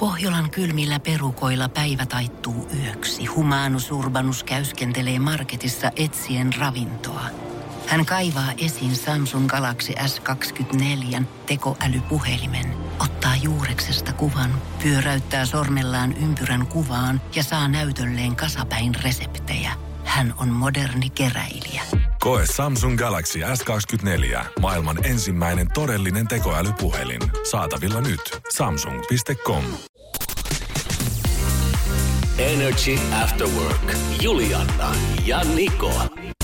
Pohjolan kylmillä perukoilla päivä taittuu yöksi. Humanus Urbanus käyskentelee marketissa etsien ravintoa. Hän kaivaa esiin Samsung Galaxy S24 tekoälypuhelimen, ottaa juureksesta kuvan, pyöräyttää sormellaan ympyrän kuvaan ja saa näytölleen kasapäin reseptejä. Hän on moderni keräilijä. Koe Samsung Galaxy S24. Maailman ensimmäinen todellinen tekoälypuhelin. Saatavilla nyt. Samsung.com. Energy After Work. Juliana ja Niko.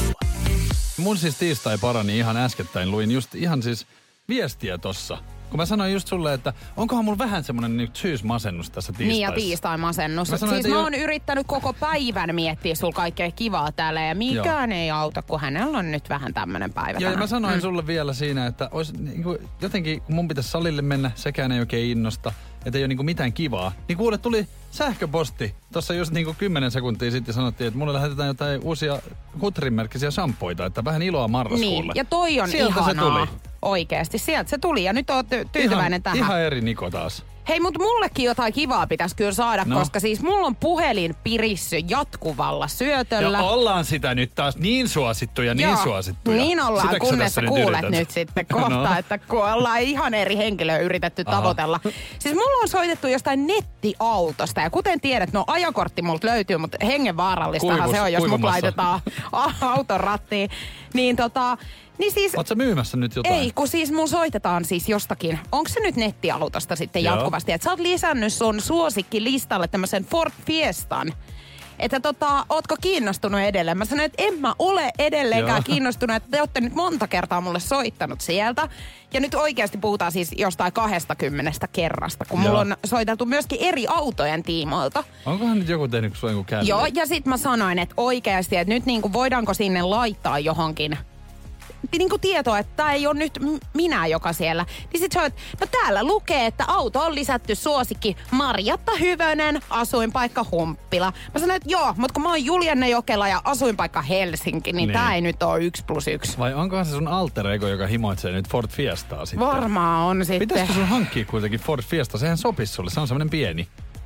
Mun siis tiistai parani ihan äskettäin. Luin just ihan siis viestiä tossa. Kun mä sanoin just sulle, että onkohan mulla vähän semmonen nyt syysmasennus tässä tiistaissa. Niin ja tiistai-masennus. Sanoin, siis mä oon yrittänyt koko päivän miettiä sulla kaikkea kivaa täällä ja mikään ei auta, kun hänellä on nyt vähän tämmönen päivä ja mä sanoin sulle vielä siinä, että olisi, niin kuin, jotenkin kun mun pitäisi salille mennä, sekään ei oikein innosta, että ei ole niin mitään kivaa. Niin kuule, tuli sähköposti. Tuossa just niin 10 sekuntia sitten sanottiin, että mulle lähetetään jotain uusia Hutrin-merkkisiä shampoita, että vähän iloa marraskuulle. Niin, ja toi on sieltä ihanaa. Se tuli. Oikeesti, sieltä se tuli ja nyt oot tyytyväinen tähän. Ihan eri Niko taas. Hei, mut mullekin jotain kivaa pitäisi kyllä saada, koska siis mulla on puhelin pirissy jatkuvalla syötöllä. Ja ollaan sitä nyt taas niin suosittuja, Niin ollaan, sitäkö kunnes sä kuulet yrität? nyt sitten kohta, että kun ollaan ihan eri henkilöä yritetty tavoitella. Siis mulla on soitettu jostain nettiautosta ja kuten tiedät, no ajokortti multa löytyy, mutta hengenvaarallistahan se on, jos mut laitetaan auton rattiin. Niin siis, oot sä myymässä nyt jotain? Ei, kun siis mun soitetaan siis jostakin. Onko se nyt nettiautosta sitten jatkuvasti? Että sä oot lisännyt sun suosikkilistalle tämmöisen Ford Fiestan. Että ootko kiinnostunut edelleen? Mä sanoin, että en mä ole edelleenkään kiinnostunut, että te ootte nyt monta kertaa mulle soittanut sieltä. Ja nyt oikeasti puhutaan siis jostain 20 kerrasta, kun mulla on soiteltu myöskin eri autojen tiimoilta. Onkohan nyt joku tehnyt sua joku källi? Joo, ja sit mä sanoin, että oikeasti, että nyt niinku voidaanko sinne laittaa johonkin niinku tietoa, että tää ei ole nyt minä, joka siellä. Niin sit se on, että no täällä lukee, että auto on lisätty suosikki Marjatta Hyvönen, asuinpaikka Humppila. Mä sanoin, että joo, mutta kun mä oon Juliana Jokela ja asuinpaikka Helsinki, niin tää ei nyt ole 1+1. Vai onkohan se sun alter ego, joka himoitsee nyt Ford Fiestaa sitten? Varmaan on sitten. Pitäisikö sun hankkia kuitenkin Ford Fiesta? Sehän sopisi sulle, se on semmonen pieni.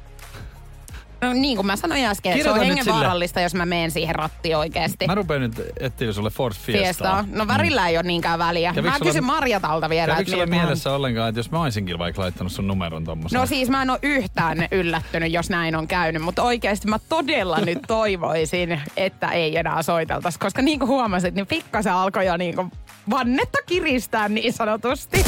No niin kuin mä sanoin äsken, se on hengenvaarallista, jos mä menen siihen rattiin oikeesti. Mä rupean nyt etsiä sulle Ford Fiestaa. No värillä ei ole niinkään väliä. Mä kysyn Marjatalta vielä. Kävikö sulle mielessä ollenkaan, että jos mä olisinkin vaikka laittanut sun numeron tommosen? No siis mä en ole yhtään yllättynyt, jos näin on käynyt, mutta oikeesti mä todella nyt toivoisin, että ei enää soiteltaisi, koska niin kuin huomasit, niin pikkasen alkoi jo niin kuin vannetta kiristää niin sanotusti.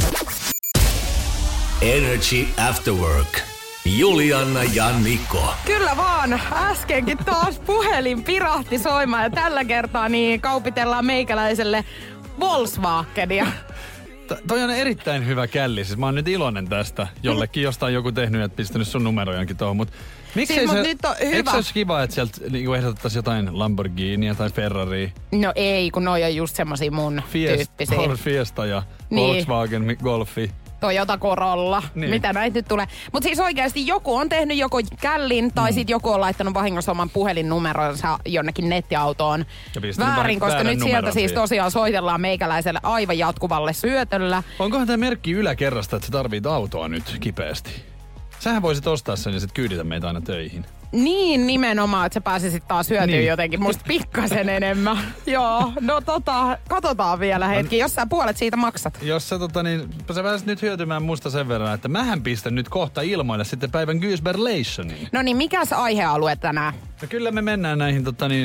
Energy After Work. Juliana ja Niko. Kyllä vaan. Äskenkin taas puhelin pirahti soimaan ja tällä kertaa niin kaupitellaan meikäläiselle Volkswagenia. Toi on erittäin hyvä källi. Siis mä oon nyt iloinen tästä. Jollekin jostain joku tehnyt ja pistänyt sun numerojankin tuohon. Mut miksei siis, se, nyt on hyvä. Eikö se olisi kiva, että sieltä niinku ehdotettaisiin jotain Lamborghinia tai Ferraria? No ei, kun noi on just semmosia mun tyyppisiä. Ford Fiesta ja Volkswagen Golfi. Toyota Corolla, mitä näitä nyt tulee. Mutta siis oikeasti joku on tehnyt joko källin tai sitten joku on laittanut vahingossa oman puhelinnumeronsa jonnekin nettiautoon väärin, koska nyt sieltä siis tosiaan soitellaan meikäläiselle aivan jatkuvalle syötöllä. Onkohan tämä merkki yläkerrasta, että sä tarvit autoa nyt kipeästi? Sähän voisit ostaa sen ja sit kyyditä meitä aina töihin. Niin, nimenomaan, että sä pääsisit taas hyötyä jotenkin musta pikkasen enemmän. Joo, no katsotaan vielä hetki, jos sä puolet siitä maksat. Jos sä sä pääsit nyt hyötymään musta sen verran, että mähän pistän nyt kohta ilmoille sitten päivän Gyrsberlationiin. No niin, mikäs aihealue tänään? No kyllä me mennään näihin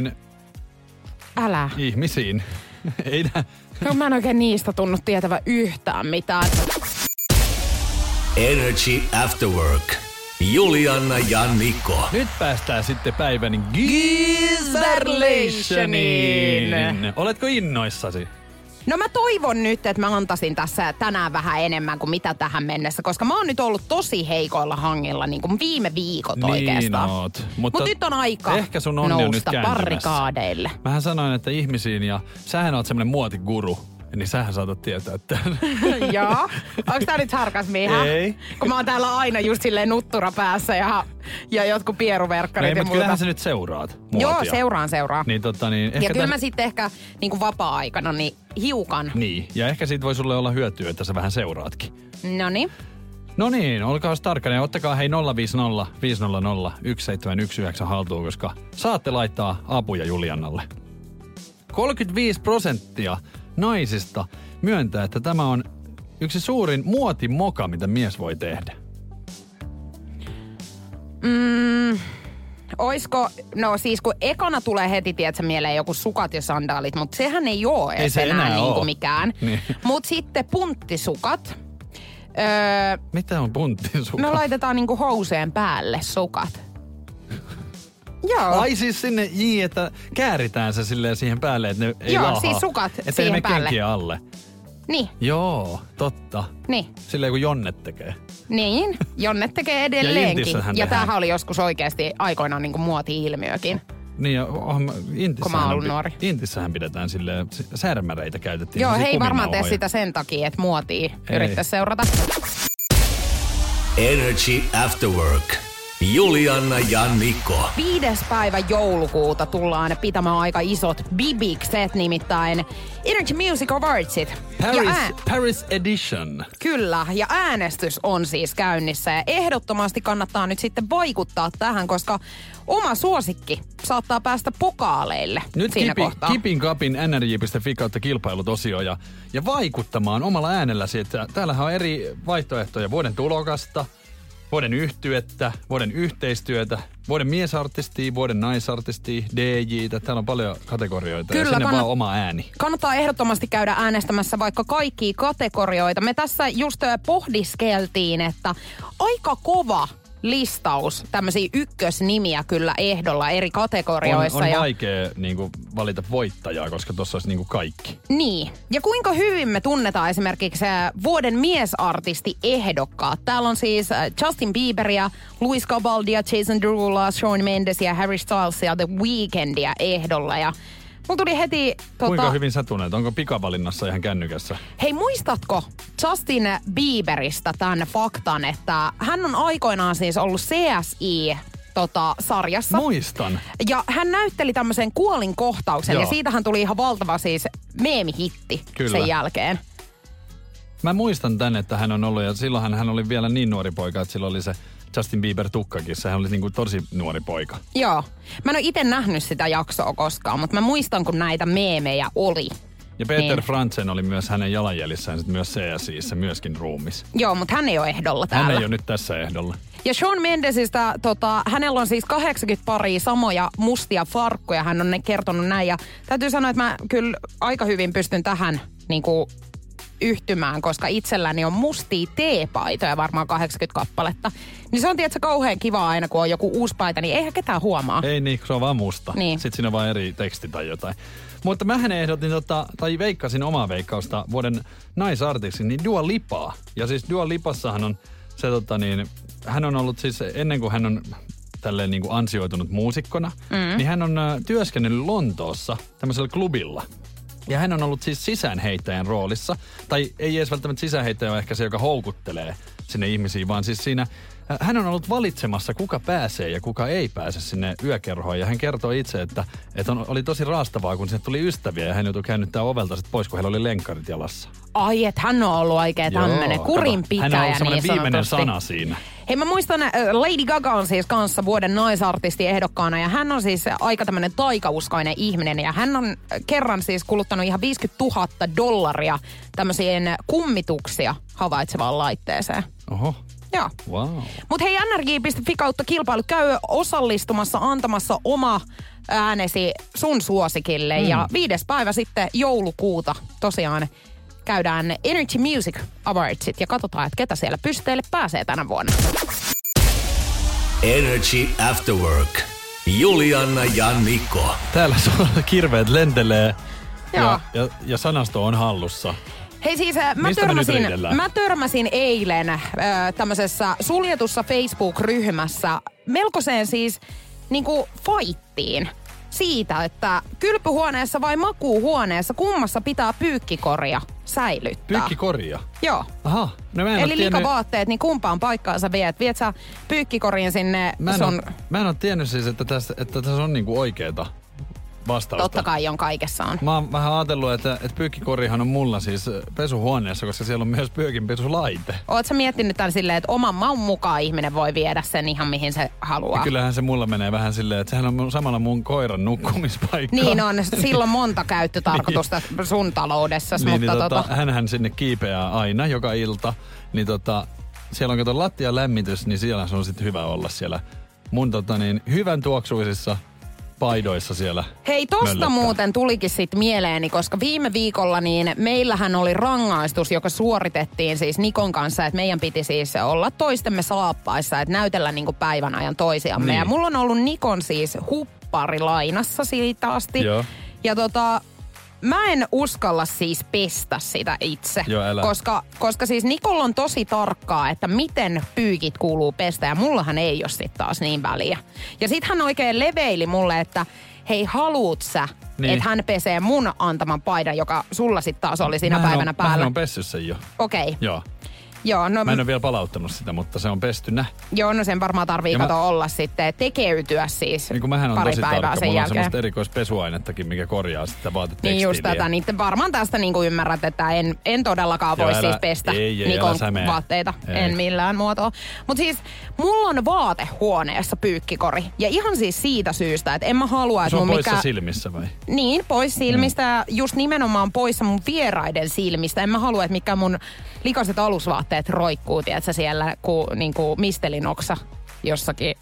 Älä. ihmisiin. Ei nää. No mä en oikein niistä tunnu tietävä yhtään mitään. Energy After Work. Juliana ja Niko. Nyt päästään sitten päivän Gyrsberlationiin. Oletko innoissasi? No mä toivon nyt, että mä antaisin tässä tänään vähän enemmän kuin mitä tähän mennessä, koska mä oon nyt ollut tosi heikoilla hangilla niin kuin viime viikot oikeastaan. Oot. Mutta nyt on aika ehkä sun onni on nyt kääntymässä. barrikaadeille. Mähän sanoin, että ihmisiin ja sähän oot semmonen muotiguru. Niin sähän saatat tietää, että... Joo. Onks tää nyt sarkasmia? Ei. Kun mä oon täällä aina just silleen nuttura päässä ja jotkut pieruverkkarit ja muuta. Kyllähän sä nyt seuraat muotia. Joo, seuraan. Niin, ehkä ja kyllä mä sitten ehkä niin vapaa-aikana niin hiukan. Niin, ja ehkä siitä voi sulle olla hyötyä, että sä vähän seuraatkin. Noniin. No niin, olkaa tarkkana ja ottakaa 050 500 1719 haltuun, koska saatte laittaa apuja Juliannalle. 35% naisista myöntää, että tämä on yksi suurin muotimoka, mitä mies voi tehdä. Oisko, no siis kun ekana tulee heti, tiedätkö, mieleen joku sukat ja sandaalit, mutta sehän ei oo ei se enää niinku oo. mikään. Niin. Mut sitten punttisukat. Mitä on punttisukat? Me laitetaan niinku housujen päälle sukat. Joo. Ai siis sinne, että kääritään se silleen siihen päälle, että ne ei Joo, laahaa. siis sukat että siihen ne päälle. kenkien alle. Niin, Joo, totta. niin. Silleen kuin Jonnet tekee. Niin, Jonne tekee Ja edelleenkin. Intissähän Ja tehdään. tämähän oli joskus oikeasti aikoinaan niinku muoti-ilmiökin. Niin, ja Kun mä oon ollut nuori. Intissähän pidetään silleen, särmäreitä käytettiin. Joo, he semmosia ei varmaan tee kuminauhoja. sitä sen takia, että muotia yrittäisi seurata. Energy After Work. Julianna ja Niko. 5. päivä joulukuuta tullaan pitämään aika isot bibikset, nimittäin Energy Music Awardsit. Paris Edition. Kyllä, ja äänestys on siis käynnissä ja ehdottomasti kannattaa nyt sitten vaikuttaa tähän, koska oma suosikki saattaa päästä pokaaleille Nyt siinä kohtaa. Kipin kapin nrj.fi kautta kilpailutosio ja vaikuttamaan omalla äänelläsi, että täällähän on eri vaihtoehtoja vuoden tulokasta, vuoden yhtyettä, vuoden yhteistyötä, vuoden miesartistia, vuoden naisartistia, DJ:tä. Täällä on paljon kategorioita ja sinne vaan oma ääni. Kannattaa ehdottomasti käydä äänestämässä vaikka kaikkia kategorioita. Me tässä just pohdiskeltiin, että aika kova listaus tämmöisiä ykkösnimiä kyllä ehdolla eri kategorioissa. On vaikea niinku valita voittajaa, koska tuossa olisi niinku kaikki. Niin. Ja kuinka hyvin me tunnetaan esimerkiksi vuoden miesartisti ehdokkaat. Täällä on siis Justin Bieberia, Luis Cabaldia, Jason Deruloa, Shawn Mendesia, Harry Stylesia, The Weekndia ehdolla. Ja mulla tuli heti... Kuinka hyvin sä tunnet? Onko pikavalinnassa ihan kännykässä? Hei, muistatko Justin Bieberistä tämän faktan, että hän on aikoinaan siis ollut CSI sarjassa. Muistan. Ja hän näytteli tämmöisen kuolinkohtauksen Joo. ja siitähän tuli ihan valtava siis meemihitti Kyllä. sen jälkeen. Mä muistan tän, että hän on ollut, ja silloinhan hän oli vielä niin nuori poika, että silloin oli se Justin Bieber-tukkakin. Sehän oli niinku tosi nuori poika. Joo. Mä en ole itse nähnyt sitä jaksoa koskaan, mutta mä muistan, kun näitä meemejä oli. Ja Peter Niin. Frantzen oli myös hänen jalanjäljissään sit myös CSI:ssä myöskin ruumis. Joo, mutta hän ei ole ehdolla täällä. Hän ei ole nyt tässä ehdolla. Ja Shawn Mendesistä, hänellä on siis 80 paria samoja mustia farkkuja. Hän on ne kertonut näin. Ja täytyy sanoa, että mä kyllä aika hyvin pystyn tähän niinku yhtymään, koska itselläni on mustia teepaitoja, varmaan 80 kappaletta. Niin se on tietysti kauhean kiva aina, kun on joku uusi paita, niin eihän ketään huomaa. Ei niin, se on vaan musta. Niin. Sitten siinä on vaan eri teksti tai jotain. Mutta mähän ehdotin, tai veikkasin omaa veikkausta vuoden naisartistin, niin Dua Lipaa. Ja siis Dua Lipassahan on se, hän on ollut siis ennen kuin hän on tälleen niin kuin ansioitunut muusikkona, niin hän on työskennellyt Lontoossa tämmöisellä klubilla. Ja hän on ollut siis sisäänheittäjän roolissa. Tai ei edes välttämättä sisäänheittäjä ole ehkä se, joka houkuttelee sinne ihmisiin, vaan siis siinä hän on ollut valitsemassa, kuka pääsee ja kuka ei pääse sinne yökerhoon. Ja hän kertoo itse, että oli tosi raastavaa, kun sinne tuli ystäviä ja hän joutui käännyttää ovelta sit pois, kun heillä oli lenkkarit jalassa. Ai, että hän on ollut oikein tämmönen kurinpitäjä. Hän on ollut semmoinen niin viimeinen sanotusti. sana siinä. Hei, mä muistan, Lady Gaga on siis kanssa vuoden naisartisti ehdokkaana ja hän on siis aika tämmönen taikauskoinen ihminen ja hän on kerran siis kuluttanut ihan $50,000 tämmöisiin kummituksia havaitsevaan laitteeseen. Oho, Joo. wow. Mut hei, nrj.fi kautta kilpailu käy osallistumassa, antamassa oma äänesi sun suosikille. Ja 5. päivä sitten joulukuuta tosiaan käydään Energy Music Awardsit ja katsotaan, että ketä siellä pysteille pääsee tänä vuonna. Energy After Work. Julianna ja Niko. Täällä kirveet lentelee Joo. ja sanasto on hallussa. Hei siis, Mistä me nyt riidellään? mä törmäsin eilen tämmöisessä suljetussa Facebook-ryhmässä melkoiseen siis niinku fightiin siitä, että kylpyhuoneessa vai makuuhuoneessa kummassa pitää pyykkikoria säilyttää. Pyykkikoria? Joo. Aha, no mä en Eli ole tiennyt. likavaatteet, niin kumpaan paikkaan sä viet? Viet sä pyykkikorin sinne Mä en ole tiennyt siis, että tässä on niinku oikeeta vastausta. Totta kai on kaikessa on. Mä oon vähän ajatellut, että pyykkikorihan on mulla siis pesuhuoneessa, koska siellä on myös pyykinpesulaite. Oot sä miettinyt tämän silleen, että oman maun mukaan ihminen voi viedä sen ihan mihin se haluaa? Ja kyllähän se mulla menee vähän silleen, että sehän on samalla mun koiran nukkumispaikka. Niin on, silloin monta käyttötarkoitusta sun taloudessasi, niin, mutta hänhän sinne kiipeää aina joka ilta, niin siellä on kato lattia lämmitys, niin siellä on sitten hyvä olla siellä mun hyvän tuoksuisissa paidoissa siellä. Hei, tosta möllöttää. muuten tulikin sit mieleeni, koska viime viikolla niin meillähän oli rangaistus, joka suoritettiin siis Nikon kanssa, että meidän piti siis olla toistemme saappaissa, että näytellä niinku päivän ajan toisiamme. Niin. Ja mulla on ollut Nikon siis huppari lainassa siitä asti. Joo. Ja mä en uskalla siis pestä sitä itse, Joo, älä. koska siis Nikolla on tosi tarkkaa, että miten pyykit kuuluu pestä ja mullahan ei ole sit taas niin väliä. Ja sit hän oikein leveili mulle, että hei, haluut sä, niin, että hän pesee mun antaman paidan, joka sulla sit taas oli siinä päivänä päällä. Mähän on pessyt sen jo. Okei. Joo. Joo, no, Mä en ole vielä palauttanut sitä, mutta se on pestynä. Joo, no sen varmaan tarvii olla sitten tekeytyä siis niin mähän on pari tosi päivää tarkka. sen Mulla on jälkeen. semmoista erikoispesuainettakin, mikä korjaa sitä vaatetekstiiliä. Niin just tätä, niin varmaan tästä niinku ymmärrät, että en todellakaan voi siis pestä Nikon vaatteita. En millään muotoa. Mutta siis mulla on vaatehuoneessa pyykkikori. Ja ihan siis siitä syystä, että en mä halua, että se on mun poissa silmissä vai? Niin, pois silmistä ja just nimenomaan poissa mun vieraiden silmistä. En mä halua, että mikä mun likaiset alusvaatteet roikkuu, tiedätkö, siellä niinku mistelin-oksa jossakin.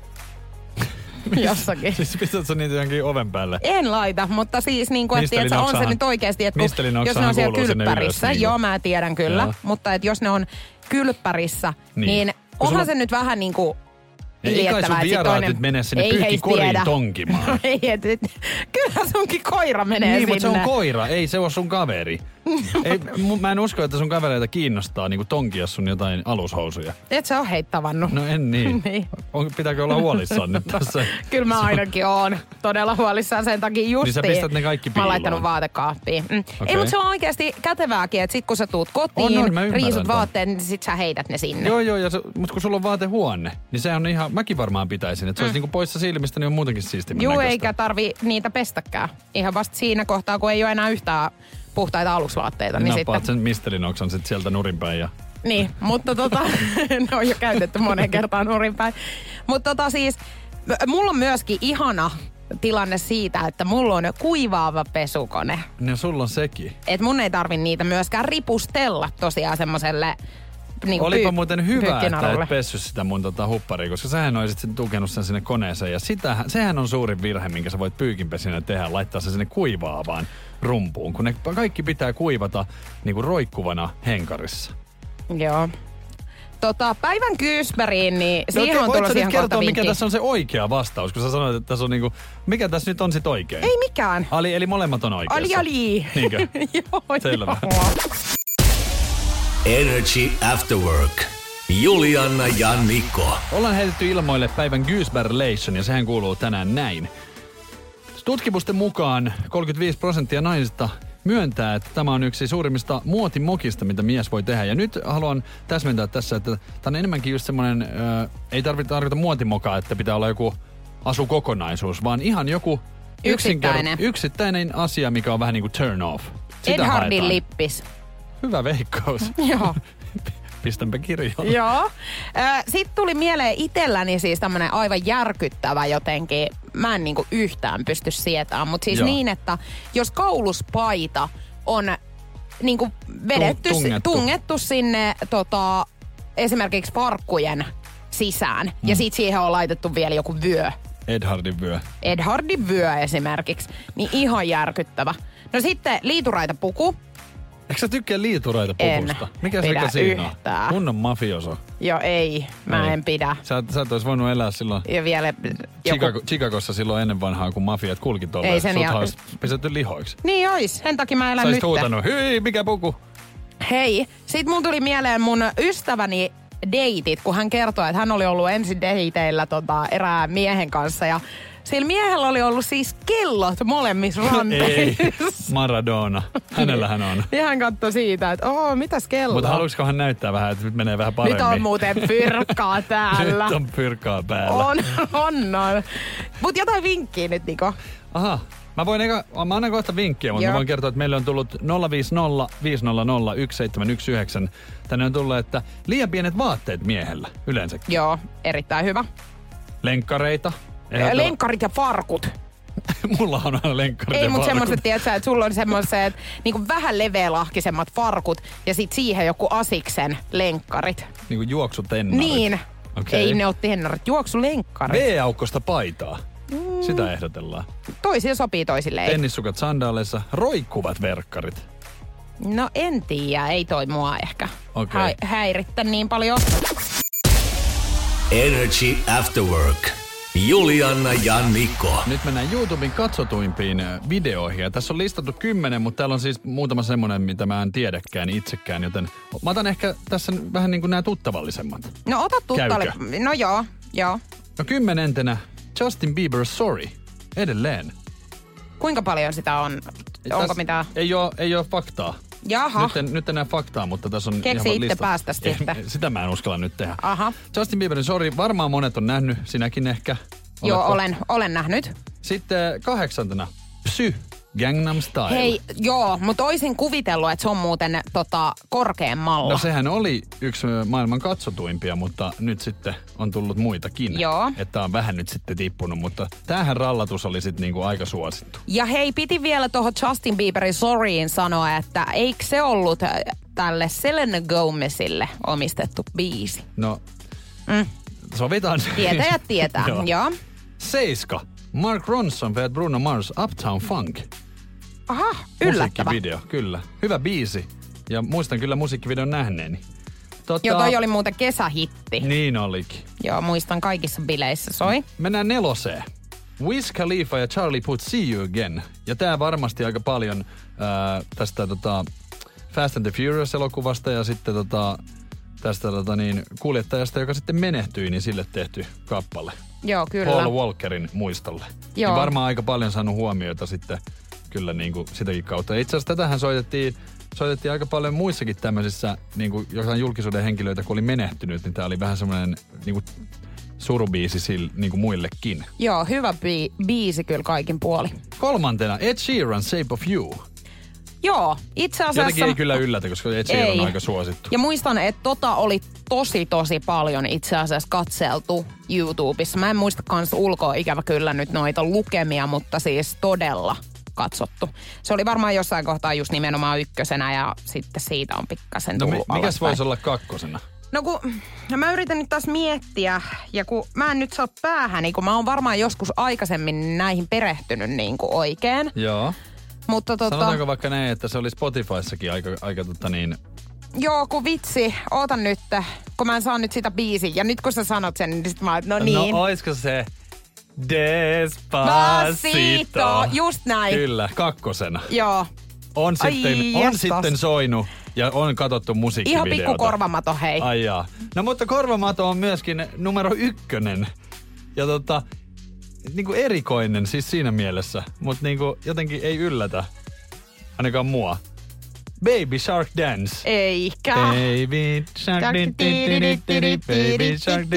Jossakin. Siis pistät sä niitä johonkin oven päälle? En laita, mutta siis niinku, että on se nyt oikeasti, että jos ne on siellä kylppärissä, ylös, joo mä tiedän kyllä, joo. Mutta että jos ne on kylppärissä, niin onhan se nyt vähän niinku ei kai sun vieraat nyt mene sinne pyykkikoriin tonkimaan. Ei, kyllä sunkin koira menee sinne. Niin, mutta se on koira, ei se ole sun kaveri. Mä en usko, että sun kavereita kiinnostaa niinku tonkia sun jotain alushousuja. Et sä oo heittavannut. No en niin. Niin. Pitääkö olla huolissaan nyt tässä? Kyllä mä ainakin oon todella huolissaan sen takia justiin. Niin sä pistät ne kaikki piiloon. Mä oon laittanut vaatekaappiin. Okay. Ei, mutta se on oikeasti kätevääkin, että sit kun sä tuut kotiin, riisut vaatteet, niin sit sä heität ne sinne. Joo, mutta kun sulla on vaatehuone, niin se on ihan, mäkin varmaan pitäisin, että se olisi niinku poissa silmistä, niin on muutenkin siistimmän näköistä. Joo, eikä tarvi niitä pestäkään. Ihan vasta siinä kohtaa, kun ei ole enää yhtään puhtaita alusvaatteita. Niin nappaat sen mistelinoksan sit sieltä nurinpäin ja... Niin, mutta ne on jo käytetty monen kertaan nurinpäin. Mutta siis, mulla on myöskin ihana tilanne siitä, että mulla on kuivaava pesukone. No sulla on sekin. Et mun ei tarvi niitä myöskään ripustella tosiaan semmoselle... Niin olipa muuten hyvä, että et pessy sitä mun hupparia, koska sähän olisit sen tukenut sen sinne koneeseen. Ja sehän on suurin virhe, minkä sä voit pyykinpesinä tehdä, laittaa se sinne kuivaavaan rumpuun. Kun ne kaikki pitää kuivata niinku roikkuvana henkarissa. Joo. Päivän kyysperiin, niin siihen on tullut siihen kohta vinkki. Mikä tässä on se oikea vastaus, kun sä sanoit, että tässä on niinku, mikä tässä nyt on sit oikein? Ei mikään. Eli molemmat on oikeassa. Ali. Niinkö? Joo. Selvä. Energy After Work. Julianna ja Niko. Ollaan heitetty ilmoille päivän Goosebärlation ja sehän kuuluu tänään näin. Tutkimusten mukaan 35% naisista myöntää, että tämä on yksi suurimmista muotimokista, mitä mies voi tehdä. Ja nyt haluan täsmentää tässä, että tämä on enemmänkin just semmoinen, ei tarvita muotimokaa, että pitää olla joku asukokonaisuus, vaan ihan joku yksittäinen asia, mikä on vähän niin kuin turn off. Ed Hardin lippis. Hyvä veikkaus. Joo. Pistänpä kirjoon. Joo. Sitten tuli mieleen itselläni siis tämmönen aivan järkyttävä jotenkin. Mä en niinku yhtään pysty sietämään, mutta siis niin, että jos kauluspaita on niinku vedetty, tungettu sinne esimerkiksi farkkujen sisään ja sit siihen on laitettu vielä joku vyö. Ed Hardin vyö esimerkiksi. Niin ihan järkyttävä. No sitten liituraita puku. Eikö sä tykkää liituraita pukusta? Mikä se siinä on? Mun on mafioso. Joo, ei. Mä en pidä. Sä et ois voinut elää silloin ja vielä Chicagossa silloin ennen vanhaa, kun mafiat kulki tolleen. Ei sen sut olisi pistetty lihoiksi. Niin ois. Sen takia mä elän nyt. Sä oisit huutanut, hyi, mikä puku? Hei, sit mun tuli mieleen mun ystäväni deitit, kun hän kertoi, että hän oli ollut ensin deiteillä erään miehen kanssa ja sillä miehellä oli ollut siis kellot molemmissa ranteissa. Ei, Maradona. Hänellähän on. Ja hän katsoi siitä, että mitäs kello? Mutta haluaisiko hän näyttää vähän, että nyt menee vähän paremmin? Nyt on muuten pyrkkaa täällä. Nyt on pyrkkaa päällä. On. Mut jotain vinkkiä nyt, Niko. Aha. Mä annan kohta vinkkiä, mutta mä voin kertoa, että meille on tullut 050 500 1719. Tänne on tullut, että liian pienet vaatteet miehellä yleensäkin. Joo, erittäin hyvä. Lenkkareita. Lenkkarit ja farkut. Mulla on aina lenkkarit ja Ei, mutta farkut. semmoiset, tiedätkö, että sulla on semmoiset niinku vähän leveälahkisemmat farkut ja sit siihen joku Asiksen lenkkarit. Niinku juoksutennarit. Niin. Okay. Ei ne ole tennarit, juoksulenkkarit. V-aukkosta paitaa. Sitä ehdotellaan. Toisia sopii, toisille ei. Tennissukat sandaaleissa, roikkuvat verkkarit. No en tiedä, ei toi mua ehkä häirittä niin paljon. Energy After Work. Julianna ja Niko. Nyt mennään YouTuben katsotuimpiin videoihin. Ja tässä on listattu 10, mutta täällä on siis muutama semmonen, mitä mä en tiedäkään itsekään. Joten mä otan ehkä tässä vähän niin kuin nämä tuttavallisemmat. No ota tuttalle. No joo. No 10. Justin Bieber Sorry. Edelleen. Kuinka paljon sitä on? Onko mitään? Ei oo faktaa. Jaha. Nyt en näe faktaa, mutta tässä on keksi ihan itse lista. päästä sitten. Sitä mä en uskalla nyt tehdä. Aha. Justin Bieberin Sorry, varmaan monet on nähnyt, sinäkin ehkä. Joo, olen nähnyt. Sitten 8. Psy, Gangnam Style. Hei, joo, mutta oisin kuvitellut, että se on muuten korkeammalla. No sehän oli yksi maailman katsotuimpia, mutta nyt sitten on tullut muitakin. Joo. Että on vähän nyt sitten tippunut, mutta tämähän rallatus oli sitten niinku aika suosittu. Ja hei, piti vielä tuohon Justin Bieberin Sorryin sanoa, että eikö se ollut tälle Selena Gomezille omistettu biisi? No, sovitaan. Tietäjät tietää, joo. 7. Mark Ronson feat Bruno Mars Uptown Funk. Aha, yllättävä. Musiikkivideo, kyllä. Hyvä biisi. Ja muistan kyllä musiikkivideon nähneeni. Joo, toi oli muuten kesähitti. Niin olikin. Joo, muistan kaikissa bileissä soi. Mennään 4. Wiz Khalifa ja Charlie Puth See You Again. Ja tää varmasti aika paljon tästä Fast and the Furious-elokuvasta ja sitten tästä kuljettajasta, joka sitten menehtyi, niin sille tehty kappale. Joo, kyllä. Paul Walkerin muistolle. Joo. Niin varmaan aika paljon saanut huomioita sitten kyllä niin kuin sitäkin kautta. Itse asiassa tätähän soitettiin aika paljon muissakin tämmöisissä niin kuin jotain julkisuuden henkilöitä, kun oli menehtynyt, niin tää oli vähän semmoinen niin kuin surubiisi niin kuin muillekin. Joo, hyvä biisi kyllä kaikin puoli. 3. Ed Sheeran Shape of You. Joo, itse asiassa... Jotenkin ei kyllä yllätä, koska Ed Sheeran on aika suosittu. Ja muistan, että oli tosi paljon itse asiassa katseltu YouTubessa. Mä en muista kans ulkoa ikävä kyllä nyt noita lukemia, mutta siis todella katsottu. Se oli varmaan jossain kohtaa just nimenomaan ykkösenä ja sitten siitä on pikkasen tullut mikäs voisi olla 2? No kun mä yritän nyt taas miettiä ja kun mä en nyt saa päähäni, kun mä oon varmaan joskus aikaisemmin näihin perehtynyt niin kuin oikein. Joo. Mutta sanotaanko vaikka näin, että se oli Spotifyssakin aika Joo, kun vitsi, ootan nyt, kun mä en saa nyt sitä biisiä. Ja nyt kun sä sanot sen, niin sit mä oon, no niin. No oisko se Despacito? Just näin. Kyllä, 2. Joo. On sitten soinut ja on katsottu musiikkivideota. Ihan pikku korvamato, hei. Ai jaa. No mutta korvamato on myöskin numero 1. Ja niinku erikoinen siis siinä mielessä, mutta niinku jotenkin ei yllätä, ainakaan mua. Baby Shark Dance. Eikä. Baby Shark Baby Shark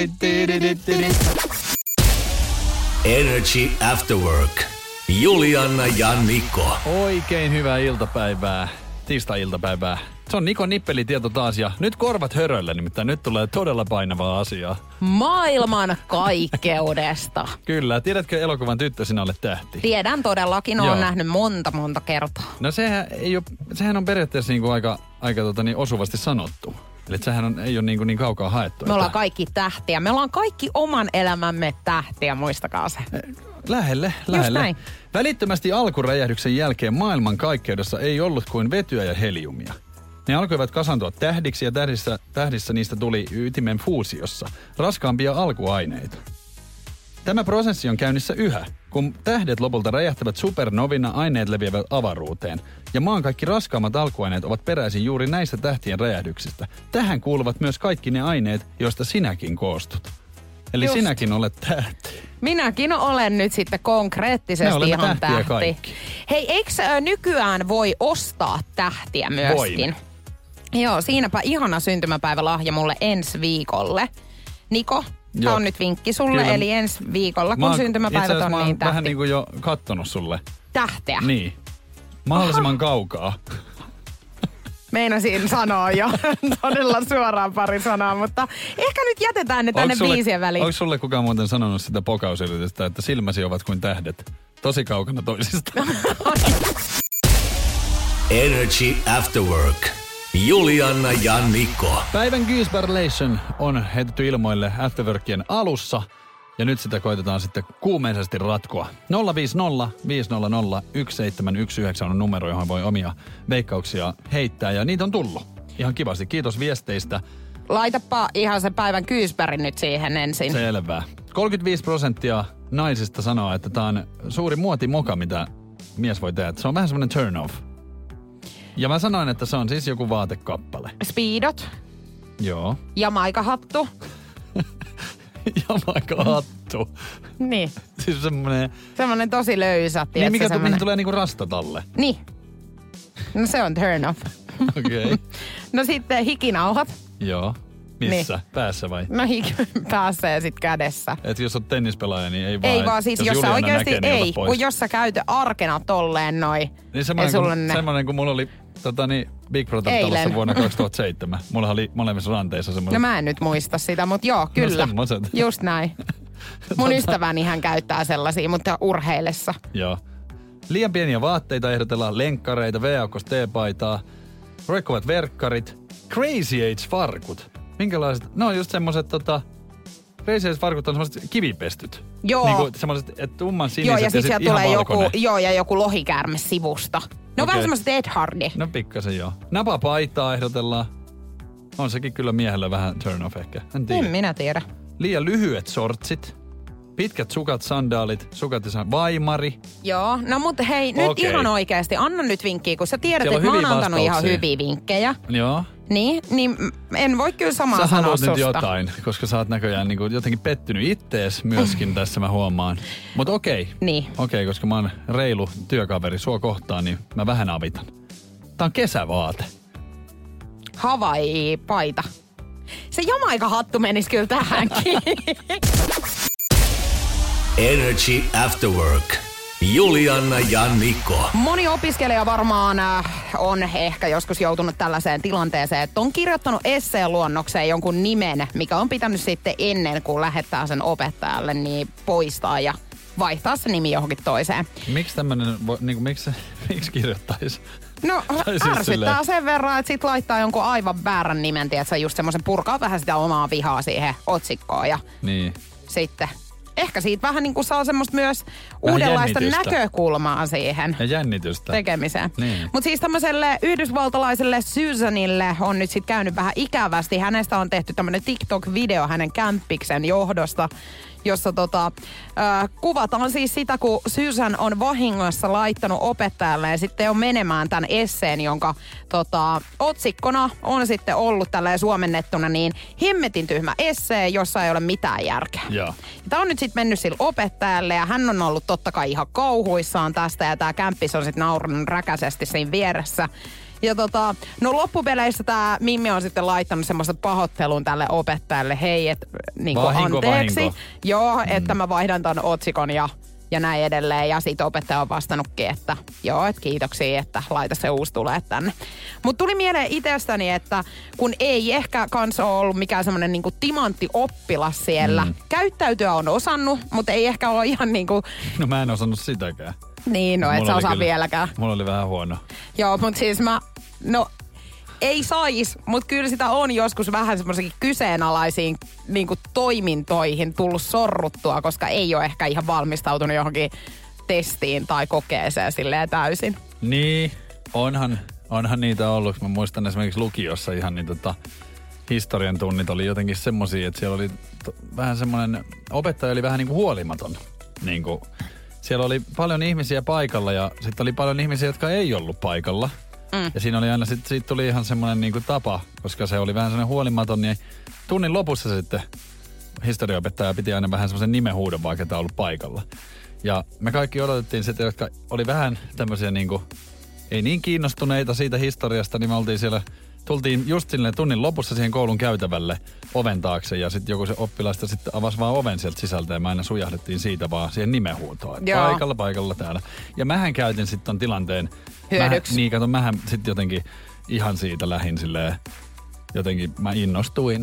Energy After Work. Julianna ja Niko. Oikein hyvää iltapäivää. Tiistai-iltapäivää. Se on Nikon nippelitieto taas ja nyt korvat hörölle, nimittäin nyt tulee todella painavaa asiaa. Maailman kaikkeudesta. Kyllä. Tiedätkö elokuvan Tyttö, sinä olet tähti? Tiedän todellakin, olen nähnyt monta kertaa. No sehän on periaatteessa niinku aika osuvasti sanottu. Eli sehän ei ole niin kaukaa haettu. Me ollaan kaikki tähtiä. Me ollaan kaikki oman elämämme tähtiä, muistakaa se. Lähelle. Just näin. Välittömästi alkuräjähdyksen jälkeen maailman kaikkeudessa ei ollut kuin vetyä ja heliumia. Ne alkoivat kasantua tähdiksi ja tähdissä niistä tuli ytimen fuusiossa raskaampia alkuaineita. Tämä prosessi on käynnissä yhä, kun tähdet lopulta räjähtävät supernovina, aineet leviävät avaruuteen. Ja maan kaikki raskaammat alkuaineet ovat peräisin juuri näistä tähtien räjähdyksistä. Tähän kuuluvat myös kaikki ne aineet, joista sinäkin koostut. Eli just. Sinäkin olet tähti. Minäkin olen nyt sitten konkreettisesti ihan tähti. Kaikki. Hei, eikö nykyään voi ostaa tähtiä myöskin? Voin. Joo, siinäpä ihana syntymäpäivälahja mulle ensi viikolle. Niko, Tämä on nyt vinkki sulle, kyllä. Eli ensi viikolla, kun syntymäpäivät on niin tähti. Vähän niin kuin jo kattonut sulle. Tähteä? Niin. Mahdollisimman kaukaa. Meinasin sanoa jo todella suoraan pari sanaa, mutta ehkä nyt jätetään ne tänne biisien väliin. Onko sulle kukaan muuten sanonut sitä pokausyritystä, että silmäsi ovat kuin tähdet? Tosi kaukana toisistaan. Energy After Work. Julianna ja Niko. Päivän Gyysberlation on heitetty ilmoille Afterworkien alussa. Ja nyt sitä koitetaan sitten kuumeisesti ratkoa. 050 500 1719 on numero, johon voi omia veikkauksia heittää. Ja niitä on tullut. Ihan kivasti. Kiitos viesteistä. Laitapa ihan se päivän Gyysbergin nyt siihen ensin. Selvä. 35% naisista sanoo, että tämä on suuri muotimoka, mitä mies voi tehdä. Se on vähän semmoinen turn off. Ja mä sanoin, että se on siis joku vaatekappale. Speedot. Joo. Jamaica-hattu. Jamaica-hattu. Niin. Siis semmoinen tosi löysä. Niin, mihin tulee niinku rastatalle. Niin. No se on turn off. Okei. Okay. No sitten hikinauhat. Joo. Missä? Niin. Päässä vai? No päässä ja sit kädessä. Et jos oot tennispelaaja, niin ei vaan. Ei vaan siis, jos sä oikeesti näkee, ei. Kun jos sä käyt arkena tolleen noin. Niin semmoinen kun mulla oli Big Brother-talossa vuonna 2007. Mulla oli molemmissa ranteissa semmoinen. No mä en nyt muista sitä, mutta joo, kyllä. No semmoiset. Just näin. Mun ystäväni hän käyttää sellaisia, mutta urheillessa. Joo. Liian pieniä vaatteita ehdotellaan, lenkkareita, V-aukkosta T-paitaa, roikkuvat verkkarit, Crazy Age-farkut. Minkälaiset? No just semmoset Crazy Age-farkut on semmoset kivipestyt. Joo. Niinku semmoset, että tumman siniset ja sit ihan tulee valkoinen. ja joku lohikäärme sivusta. No vähän semmoset Ed Hardy. No pikkasen joo. Napapaitaa ehdotellaan. On sekin kyllä miehellä vähän turn off ehkä. En minä tiedä. Liian lyhyet sortsit. Pitkät sukat, sandaalit, sukat ja vaimari. Joo, no mutta hei, nyt ihan oikeasti, anna nyt vinkkiä, kun sä tiedät, että mä oon antanut ihan hyviä vinkkejä. Joo. Niin en voi kyllä samaa sanoa susta. Sä haluat nyt jotain, koska sä oot näköjään niin kuin jotenkin pettynyt ittees myöskin tässä, mä huomaan. Mutta okei. Niin. Okei, koska mä oon reilu työkaveri sua kohtaan, niin mä vähän avitan. Tää on kesävaate. Hawaii-paita. Se Jamaica-hattu menisi kyllä tähänkin. Energy After Work. Julianna ja Niko. Moni opiskelija varmaan on ehkä joskus joutunut tällaiseen tilanteeseen, että on kirjoittanut esseen-luonnokseen jonkun nimen, mikä on pitänyt sitten ennen kuin lähettää sen opettajalle, niin poistaa ja vaihtaa se nimi johonkin toiseen. Miksi tämmönen, miksi kirjoittaisi? No ärsyttää sen verran, että sit laittaa jonkun aivan väärän nimen, tietsä, just semmoisen purkaa vähän sitä omaa vihaa siihen otsikkoon ja niin. Sitten ehkä siitä vähän niin kuin saa semmoista myös uudenlaista näkökulmaa siihen. Ja jännitystä. Tekemiseen. Niin. Mutta siis tämmöiselle yhdysvaltalaiselle Susanille on nyt sitten käynyt vähän ikävästi. Hänestä on tehty tämmöinen TikTok-video hänen kämppiksen johdosta, jossa kuvataan siis sitä, kun Susan on vahingossa laittanut opettajalle ja sitten on menemään tämän esseen, jonka otsikkona on sitten ollut tälleen suomennettuna niin hemmetin tyhmä essee, jossa ei ole mitään järkeä. Tämä on nyt sitten mennyt sille opettajalle ja hän on ollut totta kai ihan kauhuissaan tästä ja tämä kämppis on sitten naurannut räkäisesti siinä vieressä. Ja no loppupeleissä tämä Mimmi on sitten laittanut semmoista pahoittelun tälle opettajalle. Hei, että niinku anteeksi. Vahinko. Joo, että mä vaihdan ton otsikon ja näin edelleen. Ja siitä opettaja on vastannutkin, että joo, että kiitoksia, että laita se uusi tulee tänne. Mutta tuli mieleen itsestäni, että kun ei ehkä kans ole ollut mikään semmoinen niinku timanttioppilas siellä. Käyttäytyä on osannut, mutta ei ehkä ole ihan niinku... No mä en osannut sitäkään. Niin, no et sä osaa vieläkään. Mulla oli vähän huono. Joo, mutta siis ei sais, mutta kyllä sitä on joskus vähän semmoisikin kyseenalaisiin niinku toimintoihin tullut sorruttua, koska ei ole ehkä ihan valmistautunut johonkin testiin tai kokeeseen silleen täysin. Niin, onhan niitä ollut. Mä muistan esimerkiksi lukiossa ihan niin historian tunnit oli jotenkin semmosia, että siellä oli vähän semmoinen, opettaja oli vähän niinku huolimaton. Niinku, siellä oli paljon ihmisiä paikalla ja sitten oli paljon ihmisiä, jotka ei ollut paikalla. Ja siinä oli aina, siitä tuli ihan semmoinen niinku tapa, koska se oli vähän semmoinen huolimaton, niin tunnin lopussa sitten historiaopettaja piti aina vähän semmoisen nimenhuudon, vaan ketä ollut paikalla. Ja me kaikki odotettiin sitten, jotka oli vähän tämmöisiä niinku, ei niin kiinnostuneita siitä historiasta, niin me oltiin siellä tultiin just silleen tunnin lopussa siihen koulun käytävälle oven taakse ja sitten joku se oppilaista sitten avasi vaan oven sieltä sisältä ja mä aina sujahdettiin siitä vaan siihen nimenhuutoon. Paikalla täällä. Ja mähän käytin sitten ton tilanteen. Hyödyksi. Mähän sitten jotenkin ihan siitä lähin silleen, jotenkin mä innostuin.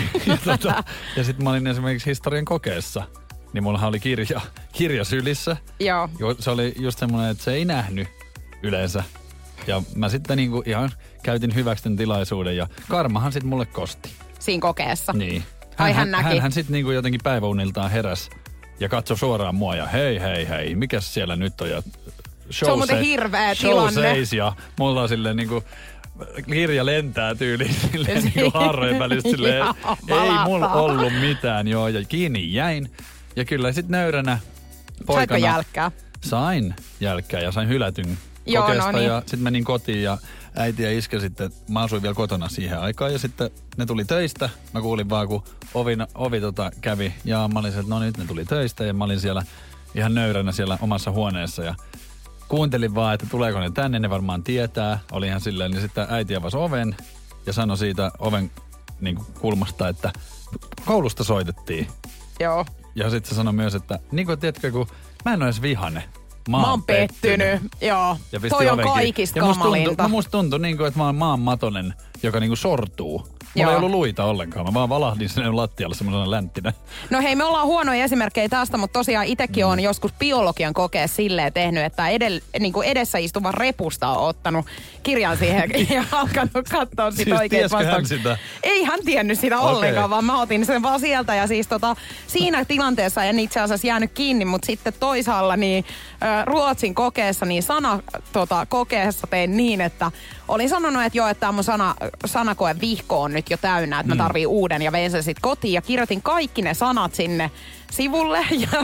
ja sitten mä olin esimerkiksi historian kokeessa. Niin mullahan oli kirja sylissä. Joo. Se oli just semmoinen, että se ei nähnyt yleensä. Ja mä sitten niinku ihan käytin hyväksi den tilaisuuden ja Karmahan sitten mulle kosti. Siinä kokeessa? Niin. Hän näki. Hän sitten niinku jotenkin päiväuniltaan heräsi ja katsoi suoraan mua ja hei, mikäs siellä nyt on? Ja se on muuten hirveä tilanne. Show seis ja mulla on silleen niinku kirja lentää tyyliin silleen niinku harreen välistä silleen. Ei mulla ollut mitään, joo, ja kiinni jäin. Ja kyllä sit nöyränä poikana. Saitko jälkkää? Sain jälkkää ja sain hylätyn kokeesta no niin. Ja sit menin kotiin ja äiti ja iskä sitten, mä asuin vielä kotona siihen aikaan ja sitten ne tuli töistä. Mä kuulin vaan kun ovi kävi ja mä olin se, että no nyt ne tuli töistä ja mä olin siellä ihan nöyränä siellä omassa huoneessa ja kuuntelin vaan, että tuleeko ne tänne, ne varmaan tietää. Oli ihan silleen, niin sitten äiti avasi oven ja sanoi siitä oven niin kuin kulmasta, että koulusta soitettiin. Joo. Ja sitten se sanoi myös, että niin kuin tiedätkö, kun mä en ole edes vihane. Mä oon pettynyt. Joo. Toi on kaikista kamalinta. Musta tuntui niin kuin, että mä oon maanmatonen, joka niin kuin sortuu. Mulla ei ollut luita ollenkaan. Mä vaan valahdin sinne lattialle semmoisena länttinä. No hei, me ollaan huonoja esimerkkejä tästä, mutta tosiaan itsekin on joskus biologian kokea silleen tehnyt, että niin edessä istuva repusta on ottanut kirjan siihen ja alkanut katsoa sitä siis oikein vastaan. Sitä? Ei hän tiennyt sitä ollenkaan, vaan mä otin sen vaan sieltä ja siis siinä tilanteessa en itse asiassa jäänyt kiinni, mutta sitten toisaalla niin Ruotsin kokeessa, niin kokeessa tein niin, että olin sanonut, että joo, että tämä mun sanakoe vihko on nyt jo täynnä, että mä tarviin uuden ja vein sen sitten kotiin ja kirjoitin kaikki ne sanat sinne sivulle ja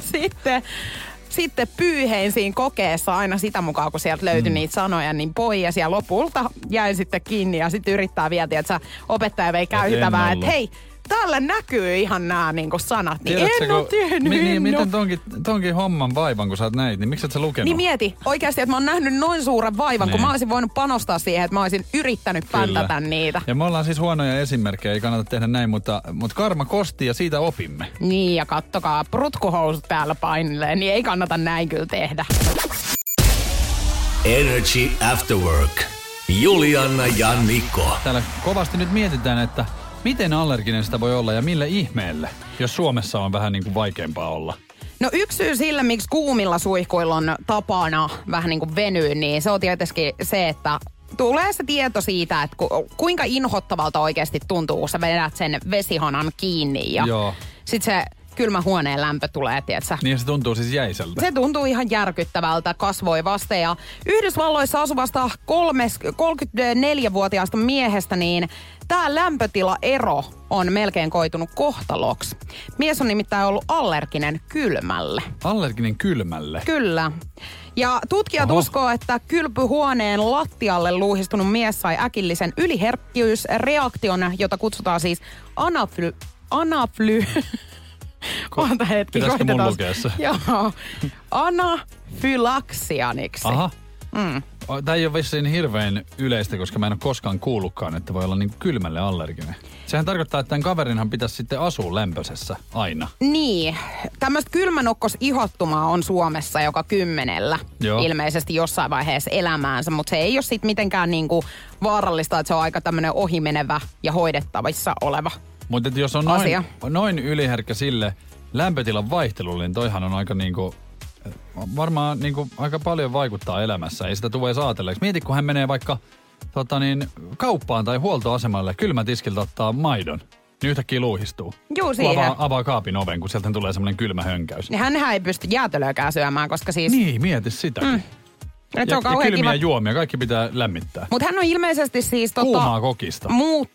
sitten pyyhein siinä kokeessa aina sitä mukaan, kun sieltä löytyi niitä sanoja, niin pois ja lopulta jäin sitten kiinni ja sitten yrittää vielä, että opettaja vei käytävää, että hei, täällä näkyy ihan nämä niinku sanat, niin tiedätkö, en ole tiennyt. Miten tonkin homman vaivan, kun sä oot näit, niin miksi et sä lukenut? Niin mieti, oikeasti, että mä oon nähnyt noin suuren vaivan, kun mä olisin voinut panostaa siihen, että mä olisin yrittänyt päntätä niitä. Ja me ollaan siis huonoja esimerkkejä, ei kannata tehdä näin, mutta karma kosti ja siitä opimme. Niin, ja kattokaa, prutkuhousut täällä painilee, niin ei kannata näin kyllä tehdä. Energy After Work. Julianna ja Niko. Täällä kovasti nyt mietitään, että miten allerginen sitä voi olla ja millä ihmeelle, jos Suomessa on vähän niin kuin vaikeampaa olla? No yksi syy sille, miksi kuumilla suihkuilla on tapana vähän niin kuin venyä, niin se on tietysti se, että tulee se tieto siitä, että kuinka inhottavalta oikeasti tuntuu, kun sä vedät sen vesihanan kiinni ja sit se kylmä huoneen lämpö tulee, tietsä. Niin se tuntuu siis jäiseltä. Se tuntuu ihan järkyttävältä kasvoi vasten. Ja Yhdysvalloissa asuvasta 34-vuotiaasta miehestä, niin tämä lämpötilaero on melkein koitunut kohtaloksi. Mies on nimittäin ollut allerginen kylmälle. Allerginen kylmälle? Kyllä. Ja tutkijat uskoo, että kylpyhuoneen lattialle luuhistunut mies sai äkillisen yliherkkyysreaktion, jota kutsutaan siis Oota hetki, pitäisikö mun lukea se? Joo. Anafylaksianiksi. Aha. Tämä ei ole vissiin hirveän yleistä, koska mä en ole koskaan kuullutkaan, että voi olla niin kylmälle allerginen. Sehän tarkoittaa, että tämän kaverinhan pitäisi sitten asua lämpöisessä aina. Niin. Tämmöistä kylmänokkosihottumaa on Suomessa joka 10 ilmeisesti jossain vaiheessa elämäänsä, mutta se ei ole sitten mitenkään niinku vaarallista, että se on aika tämmöinen ohimenevä ja hoidettavissa oleva. Mutta jos on noin yliherkkä sille lämpötilan vaihtelulle, niin toihan on aika niinku, varmaan niinku aika paljon vaikuttaa elämässä. Ei sitä tule edes ajatelleeksi. Mieti, kun hän menee vaikka kauppaan tai huoltoasemalle kylmätiskiltä ottaa maidon. Niin yhtäkkiä luuhistuu. Juu, siihen. Avaa kaapin oven, kun sieltä tulee semmoinen kylmä hönkäys. Niin hänhän ei pysty jäätelöäkään syömään, koska siis... Niin, mieti sitäkin. Ja kylmiä juomia, kaikki pitää lämmittää. Mutta hän on ilmeisesti siis kuumaa kokista.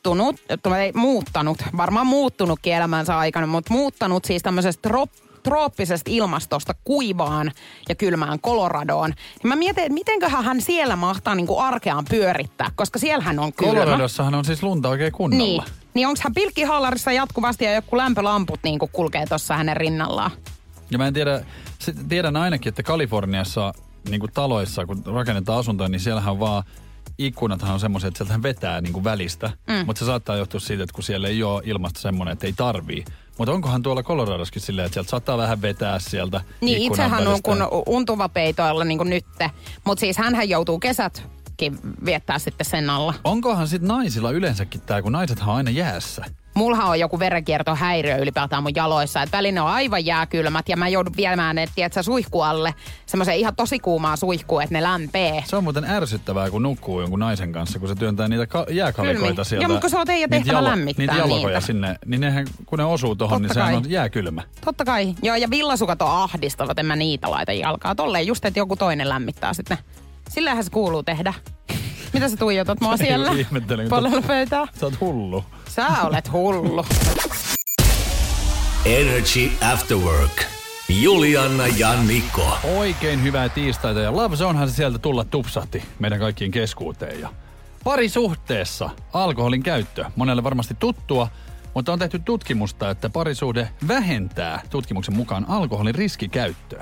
Varmaan muuttunutkin elämänsä aikana, mutta muuttanut siis tämmöisestä trooppisesta ilmastosta kuivaan ja kylmään Coloradoon. Ja mä mietin, että mitenköhän hän siellä mahtaa niinku arkeaan pyörittää, koska siellähän on kylmä. Coloradossahan on siis lunta oikein kunnolla. Niin onko hän pilkkihallarissa jatkuvasti ja joku lämpölamput niinku kulkee tuossa hänen rinnallaan? Ja mä en tiedän ainakin, että Kaliforniassa niinku taloissa, kun rakennetaan asuntoja, niin siellähän on vaan ikkunathan on semmoisia, että sieltähän vetää niinku välistä. Mutta se saattaa johtua siitä, että kun siellä ei ole ilmasta semmoinen, että ei tarvii. Mutta onkohan tuolla Coloradoskin silleen, että sieltä saattaa vähän vetää sieltä niin ikkunan itsehän välistä. on kun untuva peitoilla niin kuin nytte. Mutta siis hänhän joutuu kesätkin viettää sitten sen alla. Onkohan sitten naisilla yleensäkin tää, kun naisethan on aina jäässä? Mullahan on joku verenkiertohäiriö ylipäätään mun jaloissa. Että välillä on aivan jääkylmät ja mä joudun viemään ne, tiedätkö, suihkualle. Semmoisen ihan tosi kuumaa suihkua, että ne lämpee. Se on muuten ärsyttävää, kun nukkuu jonkun naisen kanssa, kun se työntää niitä jääkalikoita sieltä. Joo, mutta kun se on teidän tehtävä lämmittää niitä jalkoja sinne, niin nehän, kun ne osuu tohon, niin sehän on jääkylmä. Totta kai. Joo, ja villasukat on ahdistavat, en mä niitä laita jalkaa. Tolleen just, että joku toinen lämmittää sitten. Sillähän se kuuluu tehdä. Mitä sä tuijotat mua siellä? Ihmettelen, palvelupöytää. Sä oot hullu. Sä olet hullu. Energy After Work. Julianna ja Niko. Oikein hyvää tiistaita ja Love Zonehan se sieltä tulla tupsahti meidän kaikkien keskuuteen. Ja parisuhteessa alkoholin käyttö, monelle varmasti tuttua, mutta on tehty tutkimusta, että parisuhde vähentää tutkimuksen mukaan alkoholin riskikäyttöä.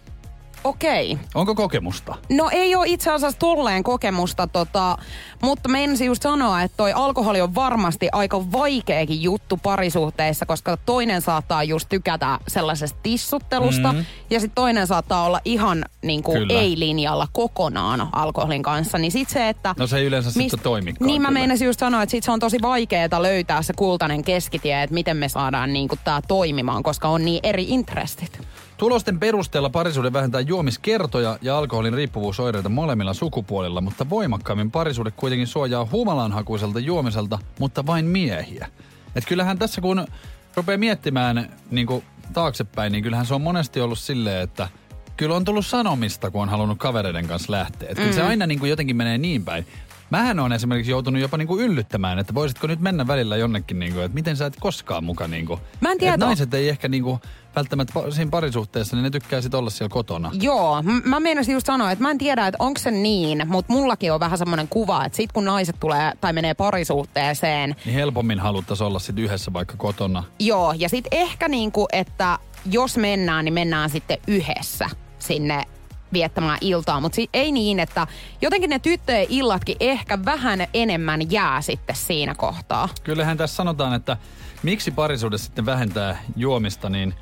Okei. Onko kokemusta? No ei ole itse asiassa tolleen kokemusta, mutta meinasin just sanoa, että toi alkoholi on varmasti aika vaikeakin juttu parisuhteissa, koska toinen saattaa just tykätä sellaisesta tissuttelusta ja sitten toinen saattaa olla ihan niin kuin ei-linjalla kokonaan alkoholin kanssa. Niin sit se, että... No se ei yleensä sitten toimikaan. Niin mä meinasin just sanoa, että sit se on tosi vaikeaa löytää se kultainen keskitie, että miten me saadaan niin kuin tää toimimaan, koska on niin eri intressit. Tulosten perusteella parisuhde vähentää juomiskertoja ja alkoholin riippuvuusoireita molemmilla sukupuolilla, mutta voimakkaammin parisuhde kuitenkin suojaa humalanhakuiselta juomiselta, mutta vain miehiä. Et kyllähän tässä kun rupeaa miettimään niin kuin taaksepäin, niin kyllähän se on monesti ollut silleen, että kyllä on tullut sanomista, kun on halunnut kavereiden kanssa lähteä. Et kyllä se aina niin kuin jotenkin menee niin päin. Mähän on esimerkiksi joutunut jopa niinku yllyttämään, että voisitko nyt mennä välillä jonnekin, niinku, että miten sä et koskaan muka. Niinku. Mä en tiedä. Naiset ei ehkä niinku, välttämättä siinä parisuhteessa, niin ne tykkää sit olla siellä kotona. Joo, mä meinasin just sanoa, että mä en tiedä, että onko se niin, mutta mullakin on vähän semmoinen kuva, että sit kun naiset tulee tai menee parisuhteeseen. Niin helpommin haluttaisiin olla sit yhdessä vaikka kotona. Joo, ja sit ehkä niinku, että jos mennään, niin mennään sitten yhdessä sinne viettämään iltaa, mutta ei niin, että jotenkin ne tyttöjen illatkin ehkä vähän enemmän jää sitten siinä kohtaa. Kyllähän tässä sanotaan, että miksi parisuhde sitten vähentää juomista, niin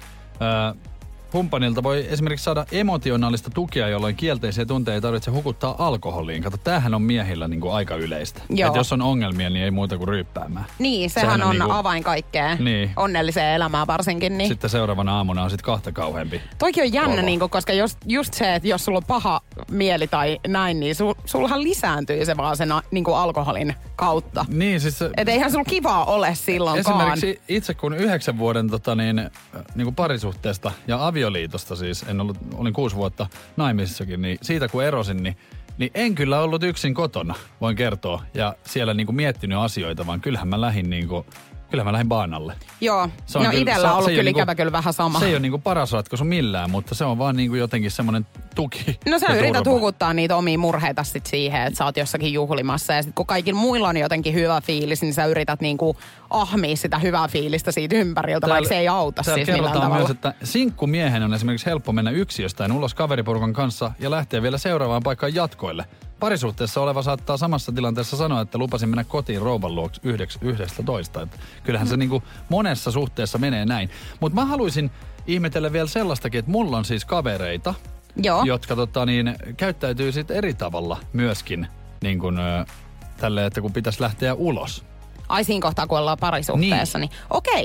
kumppanilta voi esimerkiksi saada emotionaalista tukea, jolloin kielteisiä tunteja ei tarvitse hukuttaa alkoholiin. Kato, tämähän on miehillä niinku aika yleistä. Että jos on ongelmia, niin ei muuta kuin ryyppäämään. Niin, sehän on niinku avain kaikkeen. Niin. Onnelliseen elämään varsinkin. Niin. Sitten seuraavana aamuna on sitten kahta kauheampi. Toikin on jännä, niinku, koska just se, että jos sulla on paha mieli tai näin, niin sullahan lisääntyy se vaan sen niinku alkoholin kautta. Niin, siis että eihän sulla kivaa ole silloinkaan. Esimerkiksi itse kun 9 vuoden niinku parisuhteesta ja avioliitosta siis, olin 6 vuotta naimissakin, niin siitä kun erosin, niin en kyllä ollut yksin kotona, voin kertoa. Ja siellä niinku miettinyt asioita, vaan kyllähän mä lähdin baanalle. Joo, no itsellä on ollut kyllä ikävä kyllä vähän sama. Se ei ole niinku paras ratkaisu millään, mutta se on vaan niinku jotenkin semmoinen tuki. No sä yrität hukuttaa niitä omia murheita sit siihen, että sä oot jossakin juhlimassa. Ja sit kun kaikilla muilla on jotenkin hyvä fiilis, niin sä yrität niinku ahmia sitä hyvää fiilistä siitä ympäriltä, vaikka se ei auta siis millään tavalla. Myös, että sinkkumiehen on esimerkiksi helppo mennä yksiöstään ulos kaveriporukan kanssa ja lähteä vielä seuraavaan paikkaan jatkoille. Parisuhteessa oleva saattaa samassa tilanteessa sanoa, että lupasin mennä kotiin rouvan luoksi 11. Että kyllähän se niinku monessa suhteessa menee näin. Mutta mä haluaisin ihmetellä vielä sellaistakin, että mulla on siis kavereita, jotka käyttäytyy sit eri tavalla myöskin niin kun, tälleen, että kun pitäisi lähteä ulos. Ai siinä kohtaa, kun ollaan parisuhteessa, niin okei.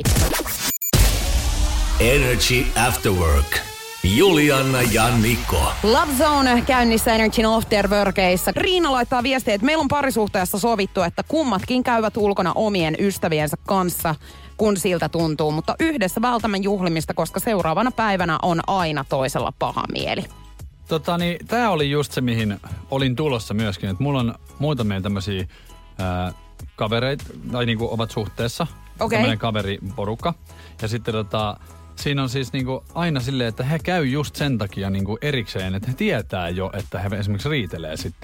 Energy After Work. Julianna ja Niko. Love Zone käynnissä Energyn Afterworkeissa. Riina laittaa viestiä, että meillä on parisuhteessa sovittu, että kummatkin käyvät ulkona omien ystäviensä kanssa, kun siltä tuntuu, mutta yhdessä vältämme juhlimista, koska seuraavana päivänä on aina toisella paha mieli. Tää oli just se, mihin olin tulossa myöskin, että mulla on muutamia tämmösiä kavereita, tai niinku ovat suhteessa. Tämmönen kaveriporukka. Ja sitten siinä on siis niinku aina silleen, että he käy just sen takia niinku erikseen, että he tietää jo, että he esimerkiksi riitelee sitten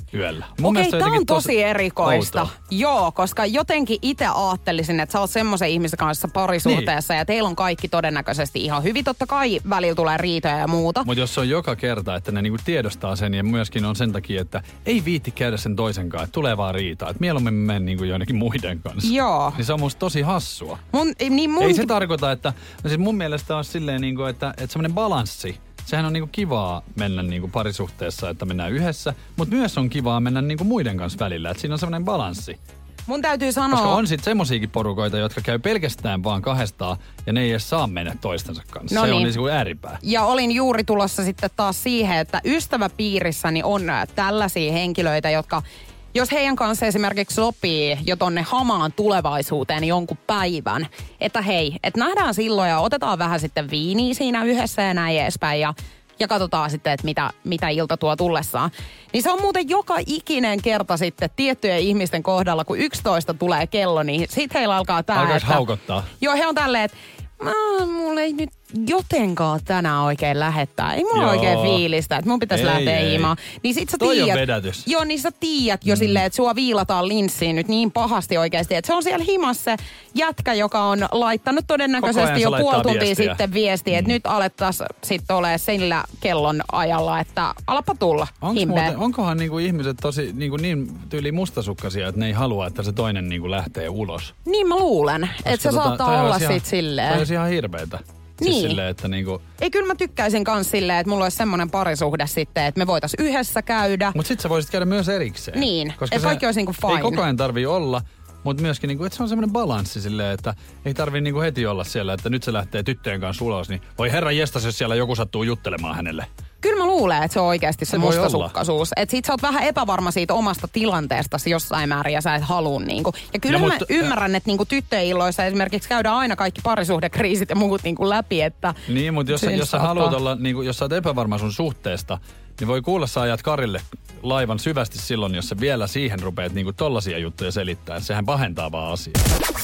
yöllä. Okei, tää on tosi erikoista. outoa. Joo, koska jotenkin itse ajattelisin, että sä oot semmoisen ihmisen kanssa parisuhteessa ja teillä on kaikki todennäköisesti ihan hyvin. Totta kai välillä tulee riitoja ja muuta. Mutta jos se on joka kerta, että ne niinku tiedostaa sen ja myöskin on sen takia, että ei viitti käydä sen toisen kanssa, että tulee vaan riitaa. Että mieluummin menen niinku joidenkin muiden kanssa. Joo. Niin se on musta tosi hassua. Mun Ei se tarkoita, että no siis mun mielestä on silleen, niinku, että semmoinen balanssi. Sehän on niinku kivaa mennä niinku parisuhteessa, että mennään yhdessä, mutta myös on kivaa mennä niinku muiden kanssa välillä. Että siinä on semmoinen balanssi. Mun täytyy sanoa... Koska on sitten semmosiakin porukoita, jotka käy pelkästään vaan kahdestaan ja ne ei edes saa mennä toistensa kanssa. No se niin. on niin kuin ääripää. Ja olin juuri tulossa sitten taas siihen, että ystäväpiirissäni on tällaisia henkilöitä, jotka... Jos heidän kanssa esimerkiksi sopii jo tonne hamaan tulevaisuuteen jonkun päivän, että hei, että nähdään silloin ja otetaan vähän sitten viiniä siinä yhdessä ja näin edespäin ja katsotaan sitten, että mitä ilta tuo tullessaan. Niin se on muuten joka ikinen kerta sitten tiettyjen ihmisten kohdalla, kun 11 tulee kello, niin sitten heillä alkaa tää, Alkaisi haukottaa. Joo, he on tälleen, että mulla ei nyt jotenkaan tänään oikein lähettää. Ei mulla oikein fiilistä, että mun pitäisi lähteä himaan. Niin sit sä Toi on tiedät, vedätys. joo, niin sä tiedät jo silleen, että sua viilataan linssiin nyt niin pahasti oikeasti. Että se on siellä himassa se jätkä, joka on laittanut todennäköisesti jo puoli tuntia sitten viestiä, että nyt alettaisiin sitten olemaan sillä kellon ajalla, että alapa tulla himpeen. Onkohan niinku ihmiset tosi niinku niin tyyliin mustasukkaisia, että ne ei halua, että se toinen niinku lähtee ulos? Niin mä luulen, että se saattaa olla sit silleen. Toi olisi ihan hirveetä. Niin. Siis silleen, että niinku... Ei, kyllä mä tykkäisin kans silleen, että mulla olisi semmoinen parisuhde sitten, että me voitais yhdessä käydä. Mut sit sä voisit käydä myös erikseen. Niin, koska että kaikki olisi niinku fine. Ei koko ajan tarvii olla, mutta myöskin niinku, että se on semmoinen balanssi silleen, että ei tarvii niinku heti olla siellä, että nyt se lähtee tyttöjen kanssa ulos, niin voi herra jestas, jos siellä joku sattuu juttelemaan hänelle. Kyllä mä luulen, että se on oikeasti se voi mustasukkaisuus. Että sit sä oot vähän epävarma siitä omasta tilanteestasi jossain määrin ja sä et halua niinku. Ja kyllä mä ymmärrän, että niinku tyttöjen illoissa esimerkiksi käydään aina kaikki parisuhdekriisit ja muut niinku läpi, että... Niin, mutta jos sä haluat olla, niinku, jos sä oot epävarma sun suhteesta, niin voi kuulla sä ajat Karille laivan syvästi silloin, jos sä vielä siihen rupeat niinku tollasia juttuja selittää. Sehän pahentaa vaan asiaa.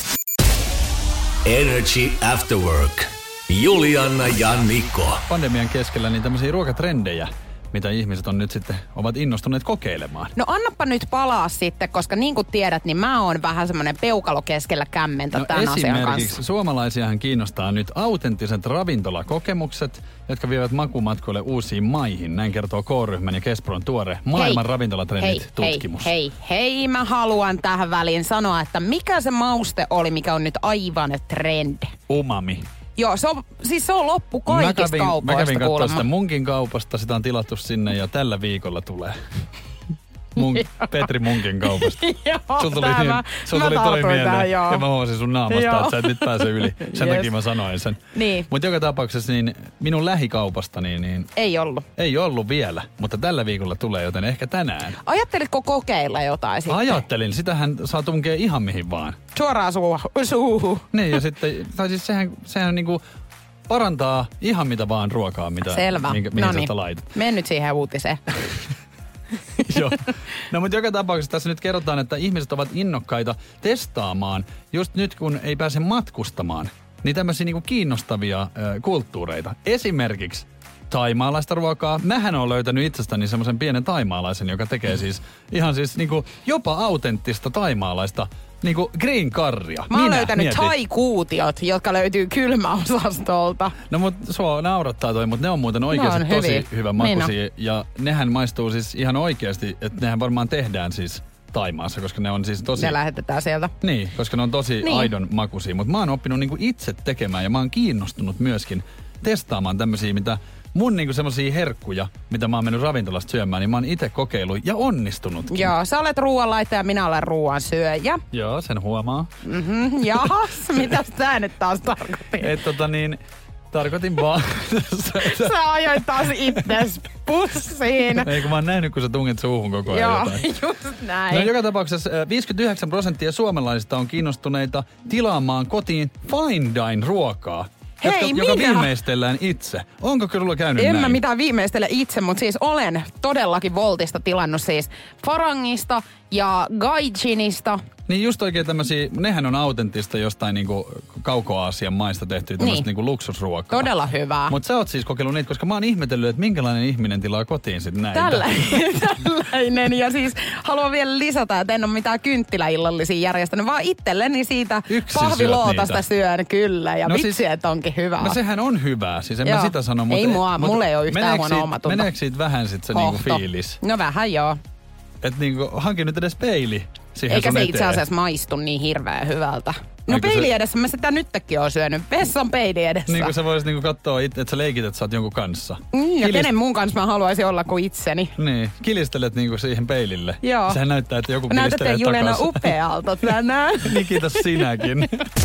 Energy After Work. Julianna ja Niko. Pandemian keskellä niin tämmöisiä ruokatrendejä, mitä ihmiset on nyt sitten ovat innostuneet kokeilemaan. No annappa nyt palaa sitten, koska niin kuin tiedät, niin mä oon vähän semmoinen peukalo keskellä kämmentä tämän asian kanssa. Esimerkiksi suomalaisiahan kiinnostaa nyt autenttiset ravintolakokemukset, jotka vievät makumatkoille uusiin maihin. Näin kertoo K-ryhmän ja Kespron tuore maailman ravintolatrendit tutkimus. Hei, mä haluan tähän väliin sanoa, että mikä se mauste oli, mikä on nyt aivan trend? Umami. Joo, se on loppu kaikista kaupoista. Mä kävin katsoa kuulemma. sitä Munkin kaupasta, sitä on tilattu sinne ja tällä viikolla tulee. Petri Munkin kaupasta. Sulla tuli toi mieleen ja mä huomasin sun naamasta, että sä et nyt pääse yli. Sen takia mä sanoin sen. Niin. Mutta joka tapauksessa niin minun lähikaupasta niin ei ollut vielä, mutta tällä viikolla tulee, joten ehkä tänään. Ajattelitko kokeilla jotain sitten? Ajattelin, sitähän saa tunkea ihan mihin vaan. Suoraan suuhun. Niin ja sitten, tai siis sehän niinku parantaa ihan mitä vaan ruokaa, mitä, mihin sä laitat. Mene nyt siihen uutiseen. Joo. No mutta joka tapauksessa tässä nyt kerrotaan, että ihmiset ovat innokkaita testaamaan, just nyt kun ei pääse matkustamaan, niin tämmöisiä niinku kiinnostavia kulttuureita. Esimerkiksi taimaalaista ruokaa. Mähän olen löytänyt itsestäni semmoisen pienen taimaalaisen, joka tekee siis ihan siis niinku jopa autenttista taimaalaista niinku green currya. Mä oon löytänyt thai-kuutiot, jotka löytyy kylmäosastolta. No mut sua naurattaa toi, mutta ne on muuten oikeasti tosi hyvä makuisia. Ja nehän maistuu siis ihan oikeasti, että nehän varmaan tehdään siis Taimaassa, koska ne on siis tosi... Ne lähetetään sieltä. Niin, koska ne on tosi aidon makuisia. Mutta mä oon oppinut niinku itse tekemään ja mä oon kiinnostunut myöskin testaamaan tämmöisiä, mitä mun niinku semmosia herkkuja, mitä mä oon mennyt ravintolasta syömään, niin mä oon itse kokeillut ja onnistunutkin. Joo, sä olet ruoanlaittaja ja minä olen ruoan syöjä. Joo, sen huomaa. Jahas, mitäs tää nyt taas tarkoitin? Tarkoitin vaan... Sä ajoit taas itses pussiin. Ei, kun mä oon nähnyt, kun sä tunget suuhun koko ajan jotain. Joo, just näin. No joka tapauksessa 59% suomalaisista on kiinnostuneita tilaamaan kotiin fine dine ruokaa. Joka viimeistellään itse. Onko kyllä käynyt näin? En mä mitään viimeistele itse, mutta siis olen todellakin Voltista tilannut siis farangista ja Gaijinista. Niin just oikein tämmösiä, nehän on autenttista jostain niinku Kauko-Aasian maista tehtyä tämmöistä niinku luksusruokaa. Todella hyvää. Mutta sä oot siis kokeillut niitä, koska mä oon ihmetellyt, että minkälainen ihminen tilaa kotiin sit näitä. Tällainen. Ja siis haluan vielä lisätä, että en ole mitään kynttiläillallisia järjestänyt, vaan itselleni siitä pahvilootasta syön kyllä. Ja no vitsi, siis, että onkin hyvää. No sehän on hyvää, siis en mä sitä sano. Ei mulle ei ole yhtään huono omatunto. Meneekö siitä vähän sit se niinku fiilis? No vähän joo. Et niinku hankin nyt edes peili siihen eikä sun se eteen. itse asiassa maistu niin hirveän hyvältä. No peili edessä, mä sitä nytkin oon syönyt. Vessan peili edessä. Niin kuin sä voisit niinku katsoa itse, että sä leikit, että sä oot jonkun kanssa. Ja kenen mun kanssa mä haluaisin olla kuin itseni. Niin, kilistelet niinku siihen peilille. Joo. Sehän näyttää, että joku kilistelee takas. Juliana upealta tänään. Niin kiitos sinäkin.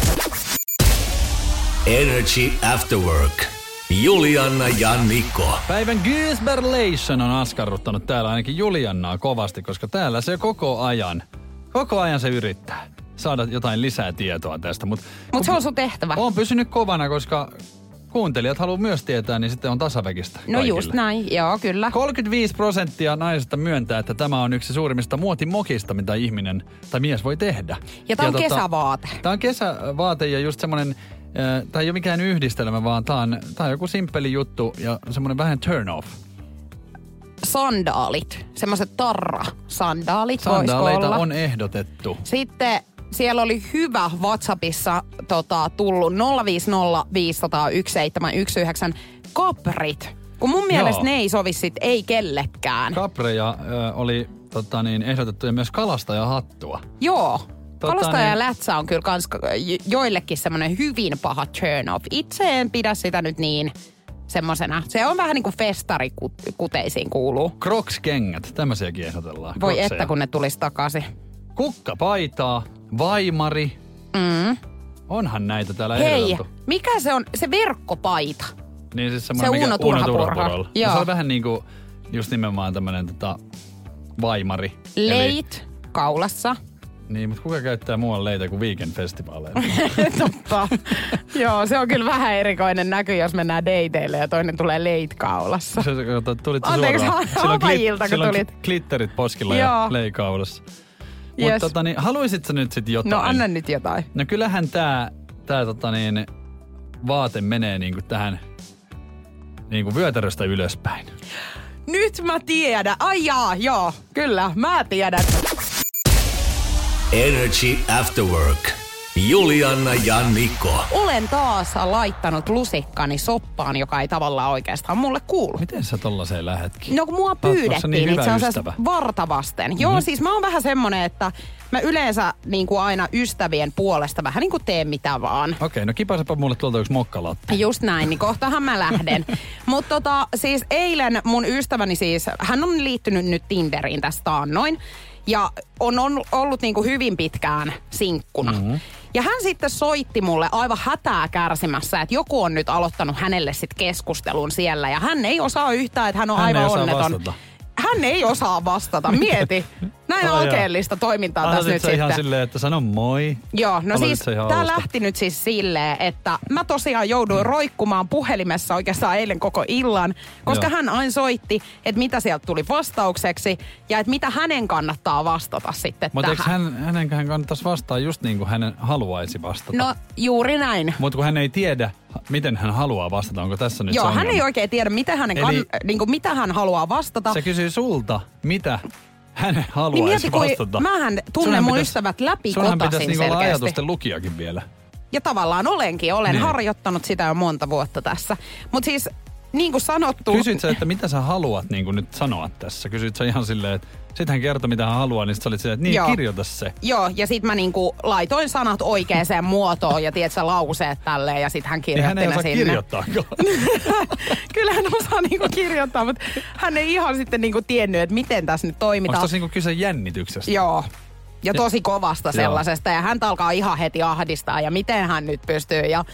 Energy After Work. Juliana ja Niko. Päivän Goosberlation on askarruttanut täällä ainakin Juliannaa kovasti, koska täällä se koko ajan se yrittää saada jotain lisää tietoa tästä. Mut se on sun tehtävä. On pysynyt kovana, koska kuuntelijat haluaa myös tietää, niin sitten on tasaväkistä kaikille. No just näin, joo kyllä. 35% naisista myöntää, että tämä on yksi suurimmista muotimokista, mitä ihminen tai mies voi tehdä. Ja tää on kesävaate. Tää on kesävaate ja just semmonen, tää ei ole mikään yhdistelmä, vaan tää on joku simppeli juttu ja semmonen vähän turn off. Sandaalit, semmoiset tarra-sandaalit Sandaaleita voisiko olla. on ehdotettu. Sitten siellä oli hyvä WhatsAppissa tullut 050 500 1719 kaprit. Kun mun mielestä ne ei sovi sit ei kellekään. Kapreja oli ehdotettu ja myös kalastajahattua. Joo. Kalastaja ja lätsä on kyllä kans joillekin semmoinen hyvin paha turn off. Itse en pidä sitä nyt niin semmosena. Se on vähän niin kuin festarikuteisiin kuuluu. Crocs-kengät, tämmöisiäkin ehdotellaan. Voi Crocseja. että kun ne tulisi takaisin. Kukkapaitaa, vaimari. Onhan näitä täällä ehdotettu. Hei, mikä se on? Se verkkopaita. Niin siis se semmoinen, Uno Turhapurha. Se on vähän niinku just nimenomaan tämmönen vaimari. Leit kaulassa. Niin, mutta kuka käyttää muualla leitä kuin Weekend-festivaaleilla? Totta. Joo, se on kyllä vähän erikoinen näky, jos mennään dateille ja toinen tulee leit kaulassa. Anteeksi, Havajilta kun tulit. Glitterit poskilla ja leikaulassa. Yes. Mutta haluisit sä nyt sit jotain? No anna nyt jotain. No kyllähän tää vaate menee niinku tähän niinku vyötäröstä ylöspäin. Nyt mä tiedän. Ai joo, kyllä, mä tiedän. Energy After Work. Juliana ja Niko. Olen taas laittanut lusikkani soppaan, joka ei tavallaan oikeastaan mulle kuulu. Miten sä tollaseen lähetkin? No kun mua pyydettiin niin itse asiassa vartavasten. Joo, siis mä oon vähän semmonen, että mä yleensä niin kuin aina ystävien puolesta vähän niin kuin teen mitä vaan. Okei, no kipasapa mulle tuolta yksi mokkalatte. Just näin, niin kohtahan mä lähden. Mutta siis eilen mun ystäväni siis, hän on liittynyt nyt Tinderiin tästä taannoin. Ja on ollut niin kuin hyvin pitkään sinkkuna. Mm-hmm. Ja hän sitten soitti mulle aivan hätää kärsimässä, että joku on nyt aloittanut hänelle sitten keskustelun siellä. Ja hän ei osaa yhtään, että hän on aivan onneton. Vastata. Hän ei osaa vastata, mieti. Näin alkeellista toimintaa tässä nyt sitten. ihan silleen, että sano moi? Joo, no siis tää lähti nyt siis silleen, että mä tosiaan jouduin roikkumaan puhelimessa oikeastaan eilen koko illan, koska hän aina soitti, että mitä sieltä tuli vastaukseksi ja että mitä hänen kannattaa vastata sitten tähän. Mutta eikö hänen kannattaisi vastaa just niin kuin hänen haluaisi vastata? No juuri näin. Mutta kun hän ei tiedä, miten hän haluaa vastata, onko tässä nyt Joo, hän ei oikein tiedä, mitä hän haluaa vastata. Se kysyy sulta, mitä hän haluaisi vastata. Mähän tunnen mun ystävät läpikotasin selkeästi. Sunhan pitäisi olla ajatusten lukijakin vielä. Ja tavallaan olen harjoittanut sitä jo monta vuotta tässä. Mutta siis niin kuin sanottu... Kysyt sä, että mitä sä haluat niin kuin nyt sanoa tässä? Kysyt sä ihan silleen, että sit hän kertoi mitä hän haluaa, niin sit sä olit silleen, että kirjoita se. Joo, ja sit mä niinku laitoin sanat oikeaan muotoon ja tiedät sä lauseet tälleen ja sit hän kirjoitti ne sinne. Hän ei osaa kirjoittaakaan. Kyllä hän osaa niinku kirjoittaa, mutta hän ei ihan sitten niinku tiennyt, että miten tässä nyt toimitaan. Onko tossa niinku kyse jännityksestä? Joo. Ja tosi kovasta sellaisesta. Ja hän alkaa ihan heti ahdistaa ja miten hän nyt pystyy. Ja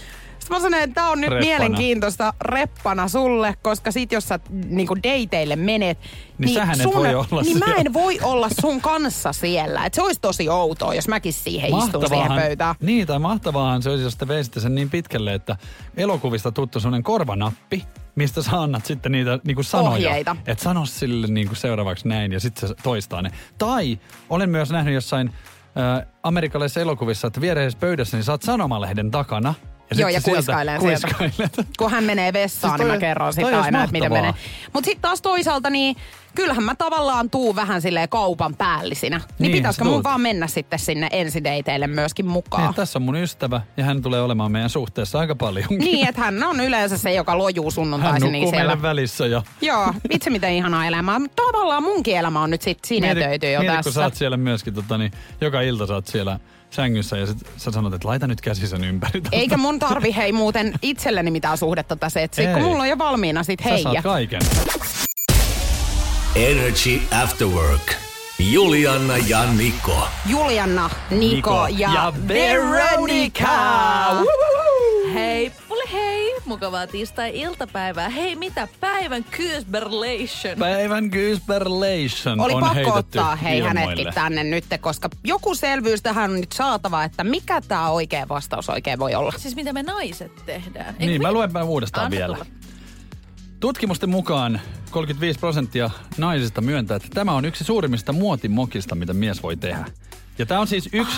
Sitten mä sanoin, että tää on nyt Reppana. mielenkiintoista reppana sulle, koska sit jos sä niinku dateille menet, Niin sähän et voi olla niin mä siellä. en voi olla sun kanssa siellä. Et se olisi tosi outoa, jos mäkin siihen istun siihen pöytään. Niin, tai mahtavaahan se olisi, jos te veisitte sen niin pitkälle, että elokuvista tuttu sellainen korvanappi, mistä sä annat sitten niitä niinku sanoja. Ohjeita. Että sano sille niinku seuraavaksi näin ja sitten se toistaa ne. Tai olen myös nähnyt jossain amerikkalaisissa elokuvissa, että viereisessä pöydässä niin sä oot sanomalehden takana. Joo, ja sit kuiskailet. Kun hän menee vessaan, Siis niin toi- mä kerron toi sitä olisi aina, että miten mahtavaa. menee. Mutta sitten taas toisaalta, niin kyllähän mä tavallaan tuun vähän silleen kaupan päällisinä. Niin pitäisikö sä mun tuut. vaan mennä sitten sinne ensidateille myöskin mukaan? Niin, tässä on mun ystävä ja hän tulee olemaan meidän suhteessa aika paljonkin. Niin, että hän on yleensä se, joka lojuu Hän sunnuntaisin. nukkuu Niin siellä... meidän välissä ja Joo, itse miten ihanaa elämää. Mutta tavallaan munkin elämä on nyt sit sinetöity jo mieti, tässä. kun sä oot siellä myöskin, joka ilta sä oot siellä sängyssä ja sit sä sanot, että laita nyt käsi sen ympäri. Eikä mun tarvi hei muuten itselleni mitään suhdetta tässä etsiä, kun Ei. mulla on jo valmiina sit Sä heijä. saat kaiken. Energy After Work. Julianna ja Niko. Julianna, Niko ja Veronica. Hei, hei! Mukavaa tiistai-iltapäivää. Hei, mitä päivän Kyysberlation? Päivän Kyysberlation Oli on pakko heitetty ottaa hei ilmoille. hänetkin tänne nyt, koska joku selvyys tähän on nyt saatava, että mikä tää oikea vastaus oikein voi olla. Siis mitä me naiset tehdään? Niin, mä luen uudestaan Anna vielä. tulla. Tutkimusten mukaan 35% naisista myöntää, että tämä on yksi suurimmista muotimokista, mitä mies voi tehdä. Ja tää on siis yksi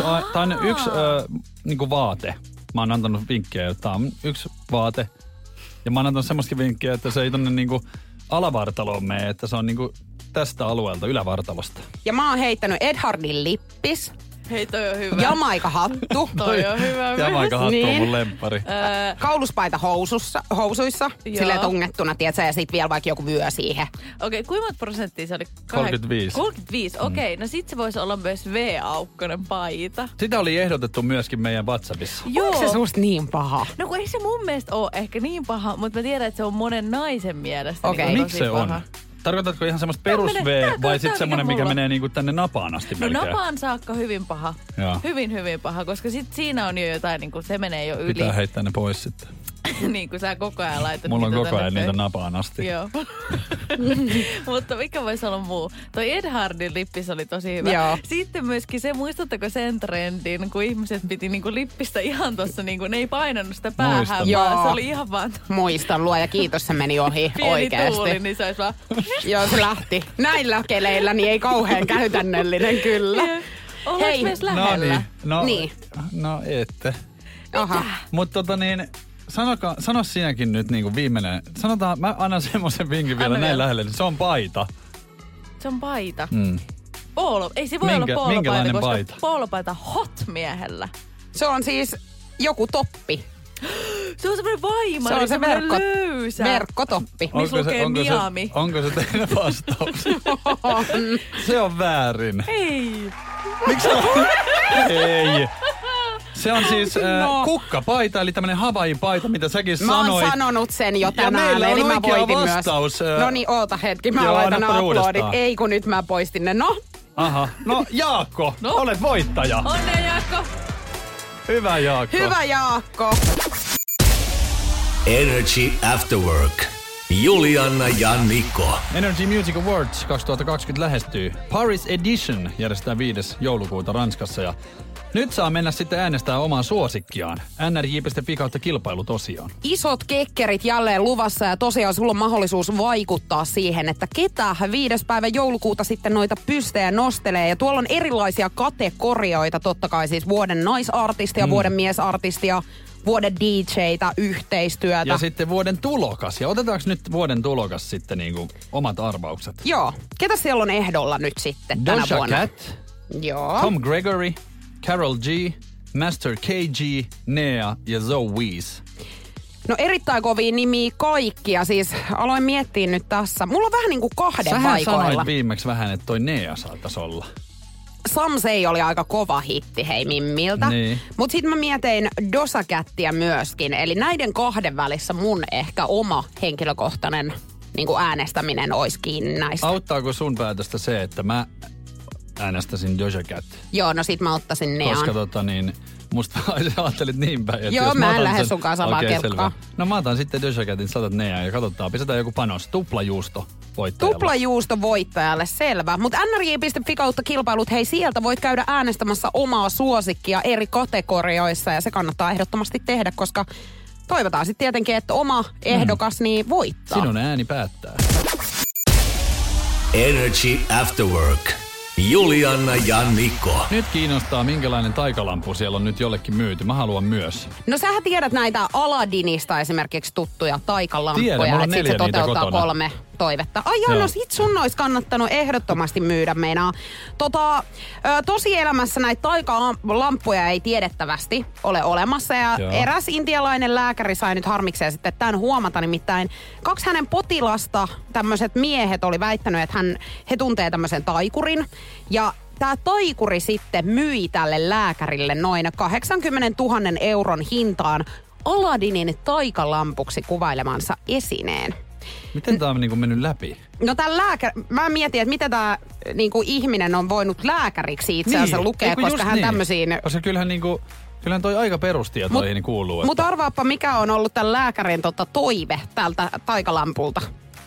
niinku vaate. Mä oon antanut vinkkejä, että tää on yksi vaate. Ja mä oon antanut semmoista vinkkiä, että se ei tonne niinku alavartaloon mene, että se on niinku tästä alueelta, ylävartalosta. Ja mä oon heittänyt Ed Hardin lippis, Hei, toi on hyvä. Jamaika-hattu, Toi on hyvä. Jamaika-hattu on Niin. mun lemppari. kauluspaita housuissa, Joo. silleen tungettuna, tietsä, ja sit vielä vaikka joku vyö siihen. Okei, kuinka monta prosenttia se oli? 35. 35, okei. No sit se voisi olla myös V-aukkonen paita. Sitä oli ehdotettu myöskin meidän WhatsAppissa. Onko se susta niin paha? No kun ei se mun mielestä ole ehkä niin paha, mutta mä tiedän, että se on monen naisen mielestä Okei. niin Miksi se paha. on? Tarkoitatko ihan semmoista perus menee- V tää- vai tää- sitten tää semmoinen, mikä mikä mulla- menee niinku tänne napaan asti No melkein? napaan saakka hyvin paha. Joo. Hyvin paha, koska sit siinä on jo jotain, niin se menee jo yli. Pitää heittää ne pois sitten. Niin kuin sä koko ajan laitat Mulla on niitä koko ajan tänne niitä päin. napaan asti. Joo. Mutta mikä voisi olla muu? Toi Ed Hardin lippis oli tosi hyvä. Joo. Sitten myöskin se, muistatteko sen trendin, kun ihmiset piti niinku lippistä ihan tossa, niinku, ne ei painanut sitä päähän, Muistan. Joo. vaan se oli ihan vaan Muistan, luoja kiitos, se meni ohi pieni oikeesti. tuuli, niin se olisi vaan... Joo, se lähti. Näillä keleillä niin ei kauhean käytännöllinen kyllä. Ollaanko Hei. myös No lähellä? niin. Niin. No ette. Aha. Mutta sano sinäkin nyt niinku viimeinen. Sanotaan, mä annan semmoisen vinkin vielä Anna näin vielä. lähelle. Se on paita. Se on paita. Mm. Polo. Ei se voi Minkä- olla poolopaita, minkälainen koska paita? poolopaita hot miehellä. Se on siis joku toppi. Se on semmoinen vaimari, Se on se semmoinen löysä. verkkotoppi. Missä lukee Miami. Onko se teidän vastaus? Se on väärin. Ei. Miksi Ei. Se on siis No. kukkapaita, eli tämmönen Hawaii-paita, mitä säkin Mä oon sanoit. sanonut sen jo Ja tänään, meillä on eli mä oikea voitin vastaus. myös. No niin, oota hetki, mä Joo, laitan annapa uploadit. uudestaan. Ei, kun nyt mä poistin ne. No, Aha. No Jaakko, No. olet voittaja. Onnea, Jaakko. Hyvä Jaakko. hyvä Jaakko. Energy After Work. Julianna ja Niko. Energy Music Awards 2020 lähestyy. Paris Edition järjestetään 5. joulukuuta Ranskassa ja nyt saa mennä sitten äänestää omaa suosikkiaan. nrj.fi kautta kilpailut osioon. Isot kekkerit jälleen luvassa ja tosiaan sulla on mahdollisuus vaikuttaa siihen, että ketä 5. päivä joulukuuta sitten noita pystejä nostelee. Ja tuolla on erilaisia kategorioita, totta kai siis vuoden naisartistia, vuoden miesartistia, vuoden DJ:tä, yhteistyötä. Ja sitten vuoden tulokas. Ja otetaanko nyt vuoden tulokas sitten niinku omat arvaukset? Joo. Ketä siellä on ehdolla nyt sitten tänä Doja vuonna? Cat, Joo. Tom Gregory, Karol G, Master KG, Nea ja Zoe Wees. No erittäin kovia nimiä kaikkia. Siis aloin miettiä nyt tässä. Mulla on vähän niin kuin kahden Sähän paikoilla. sanoit viimeksi vähän, että toi Nea saattaisi olla. Samsei oli aika kova hitti hei Mimmiltä. Niin. Mut sit mä mietin Doja Catia myöskin. Eli näiden kahden välissä mun ehkä oma henkilökohtainen niin kuin äänestäminen olisi kiinni näistä. Auttaako sun päätöstä se, että mä äänestäisin Doja Cat? Joo, no sit mä ottaisin Nean. Koska Musta ajattelit niin päin. Että Joo, jos mä en otan lähde sen- sunkaan samaa Okei, kelkkaa. selvä. No mä otan sitten Doja Catin 100 neä ja katsotaan, pistetään joku panos. Tuplajuusto voittajalle. Tuplajuusto voittajalle, selvä. Mutta nrj.fi kautta kilpailut, hei sieltä voit käydä äänestämässä omaa suosikkia eri kategorioissa ja se kannattaa ehdottomasti tehdä, koska toivotaan sitten tietenkin, että oma ehdokas niin voittaa. Sinun ääni päättää. Energy After Work. Julianna ja Niko. Nyt kiinnostaa, minkälainen taikalampu siellä on nyt jollekin myyty. Mä haluan myös. No sähän tiedät näitä Aladdinista esimerkiksi tuttuja taikalamppuja, Tiedän, mulla on että sit 4 se niitä toteuttaa kotona. 3 toivetta. Ai joo, no sit sun olisi kannattanut ehdottomasti myydä meinaa. Tosielämässä näitä taikalamppuja ei tiedettävästi ole olemassa ja Joo. eräs intialainen lääkäri sai nyt harmikseen sitten tämän huomata, nimittäin 2 hänen potilasta, tämmöiset miehet oli väittänyt, että he tuntee tämmöisen taikurin ja tämä taikuri sitten myi tälle lääkärille noin 80 000 euron hintaan Aladdinin taikalampuksi kuvailemansa esineen. Miten tää on niinku mennyt läpi? No mä mietin, että miten tämä ihminen on voinut lääkäriksi itse asiassa lukea, Eiku koska just hän niin. tämmöisiin... Koska kyllähän toi aika perustietoihin kuuluu. Että... Mutta arvaappa, mikä on ollut tämän lääkärin toive tältä taikalampulta.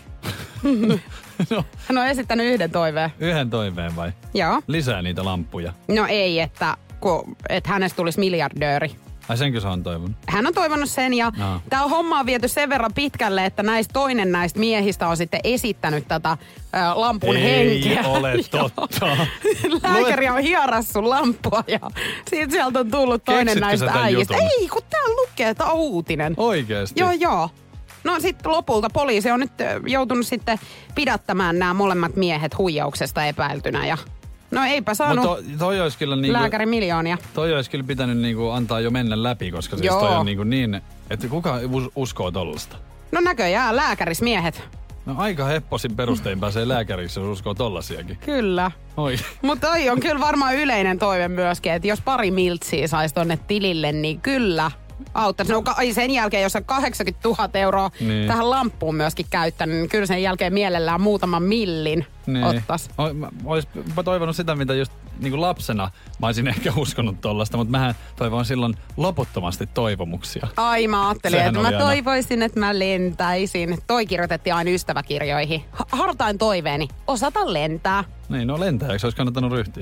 No, Hän on esittänyt 1 toiveen. yhden toiveen vai? Joo. Lisää niitä lamppuja. No ei, että hänestä tulisi miljardööri. Ai senkö sä on toivonut? Hän on toivonut sen ja No. tämä homma on viety sen verran pitkälle, että toinen näistä miehistä on sitten esittänyt tätä lampun henkeä. Ei ole totta. Lääkäri on hierassu lampua ja siitä sieltä on tullut toinen Keksitkö sä näistä tän äijistä. jutun? Ei, kun tää lukee, tää on uutinen. Oikeesti? Joo. No sitten lopulta poliisi on nyt joutunut sitten pidättämään nämä molemmat miehet huijauksesta epäiltynä ja no eipä saanut Toi olisi kyllä niinku... lääkäri miljoonia. Toi olisi kyllä pitänyt niinku antaa jo mennä läpi, koska siis Joo. toi on niinku niin, että kuka uskoo tollasta? No näköjään lääkärismiehet. No aika hepposin perustein pääsee lääkäriksi, jos uskoo tollasiakin. Kyllä. Oi. Mutta toi on kyllä varmaan yleinen toive myöskin, että jos pari miltsiä saisi tonne tilille, niin kyllä auttaisi. No sen jälkeen, jos on 80 000 euroa Niin. tähän lamppuun myöskin käyttänyt, niin kyllä sen jälkeen mielellään muutaman millin ottais. Mä toivonut sitä, mitä just niinku lapsena mä olisin ehkä uskonut tollasta, mutta mähän toivon silloin loputtomasti toivomuksia. Ai mä ajattelin, Sehän että oli mä aina. toivoisin, että mä lentäisin. Toi kirjoitettiin aina ystäväkirjoihin. Hartain toiveeni, osata lentää. Niin, no lentäjäksi olisi kannattanut ryhtyä.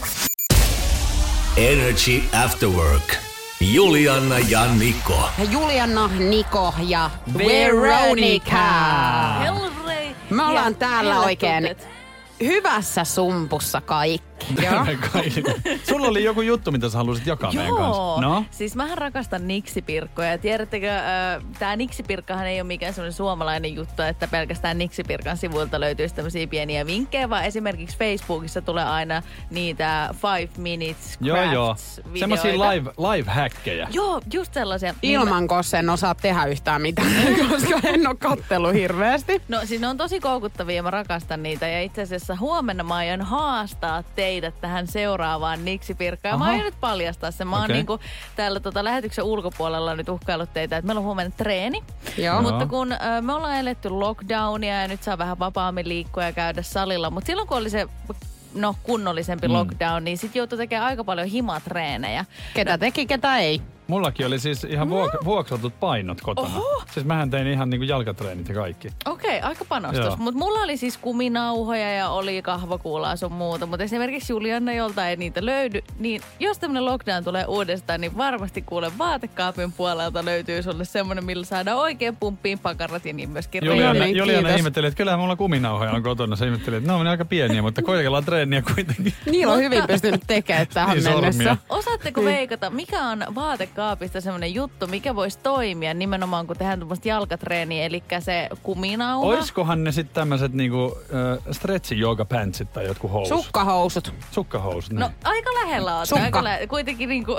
Energy After Work. Julianna ja Niko. Julianna, Niko ja Veronica. Hellrei. Me ollaan Ja täällä oikein helletunnet. hyvässä sumpussa kaikki. Joo. Sulla oli joku juttu, mitä sä halusit jakaa meidän kanssa. Joo, No? siis mähän rakastan niksipirkkoja. Ja tiedättekö, tää niksipirkkahan ei ole mikään sellainen suomalainen juttu, että pelkästään niksipirkan sivuilta löytyisi tämmöisiä pieniä vinkkejä, vaan esimerkiksi Facebookissa tulee aina niitä 5 minutes crafts videoita. Semmosia live-häkkejä. Joo, just sellaisia. Ilmankos en osaa tehdä yhtään mitään, koska en ole kattellut hirveästi. No siis ne on tosi koukuttavia ja mä rakastan niitä. Ja itse asiassa huomenna mä aion haastaa teidät tähän seuraavaan niksipirkkaan. Mä Aha. aion nyt paljastaa sen. Mä oon Okei. niinku täällä lähetyksen ulkopuolella nyt uhkaillut teitä, että meillä on huomenna treeni. Joo. Mutta kun me ollaan eletty lockdownia ja nyt saa vähän vapaammin liikkua ja käydä salilla. Mutta silloin kun oli se kunnollisempi lockdown, niin sit joutui tekemään aika paljon himatreenejä. Ketä teki, ketä ei. Mullakin oli siis ihan vuokratut painot kotona. Oho. Siis mähän tein ihan niinku jalkatreenit ja kaikki. Okei, aika panostus. Joo. Mutta mulla oli siis kuminauhoja ja oli kahvakuulaa sun muuta. Mutta esimerkiksi Julianna, jolta ei niitä löydy, niin jos tämmönen lockdown tulee uudestaan, niin varmasti kuule vaatekaapin puolelta löytyy sulle semmonen, millä saadaan oikein pumppiin pakarat ja niin myöskin Juliana- reijät. Juliana kiitos. ihmetteli, että kyllähän mulla kuminauhoja on kotona. Se ihmetteli, että ne on aika pieniä, mutta koitellaan treeniä kuitenkin. Niillä on hyvin pystynyt tekemään tähän Niin, mennessä. sormia. Osaatteko veikata, mikä on vaatekaapista semmoinen juttu, mikä voisi toimia nimenomaan, kun tehdään tuommoista jalkatreeniä, eli se kuminauha? Oiskohan ne sitten tämmöiset niinku stretchy yoga pantsit tai jotkut housut? Sukkahousut. Sukkahousut. No niin. aika lähellä oot. Sukka. Kuitenkin niinku...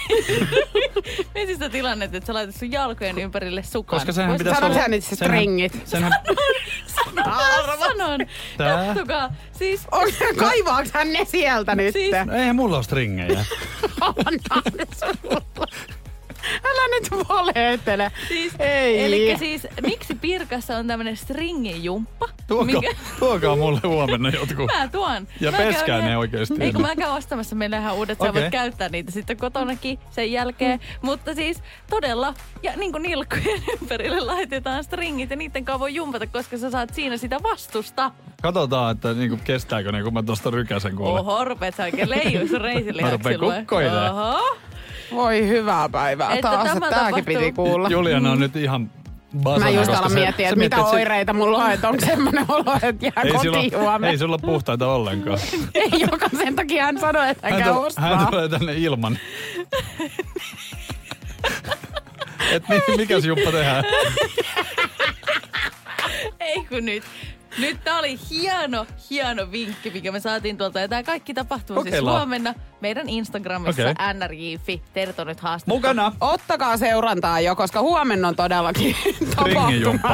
Mietin sitä tilannetta, että sä laitat sun jalkojen ympärille sukan. Koska sehän Vois- pitäisi Saadaan olla... sä nyt se strengit. Senhän, Sanon. Tää? Kattokaa. Siis... Kaivaaks hän ne sieltä nyt? Siis- no eihän mulla ole stringejä. Anna ne sulle. Älä nyt valehtele. Siis, Ei. Elikkä siis, miksi pirkassa on tämmönen stringijumppa? Tuokaa mulle huomenna jotkut. Mä tuon. Ja peskää ne oikeesti. Eikö mä käyn ostamassa meille ihan uudet, sä voit käyttää niitä sitten kotonakin sen jälkeen. Mutta siis todella, ja niin kuin nilkkujen ympärille laitetaan stringit ja niiden kanssa voi jumpata, koska sä saat siinä sitä vastusta. Katsotaan, että niinku kestääkö ne, kun mä tosta rykäsen kuule. Oho, rupeat sä oikein leijuu sun reisilihaksilla. Mä rupeen kukkoilemaan. Oho. Voi hyvää päivää taas, että tääkin piti kuulla. Juliana on nyt ihan basana. Mä just alan miettiä, että mitä oireita mulla on, että onko semmoinen olo, että jää kotiin huomenna. Ei sulla puhtaita ollenkaan. Ei, joka sen takia hän sanoi, että hän käy ostaa. Hän tulee tänne ilman. Et mikäs juppa tehdään? Ei kun nyt. Nyt tää oli hieno vinkki, mikä me saatiin tuolta. Ja tää kaikki tapahtuu siis huomenna meidän Instagramissa nrj.fi. Teidät on nyt haastettu. Mukana. Ottakaa seurantaa jo, koska huomenna on todellakin tapahtuma.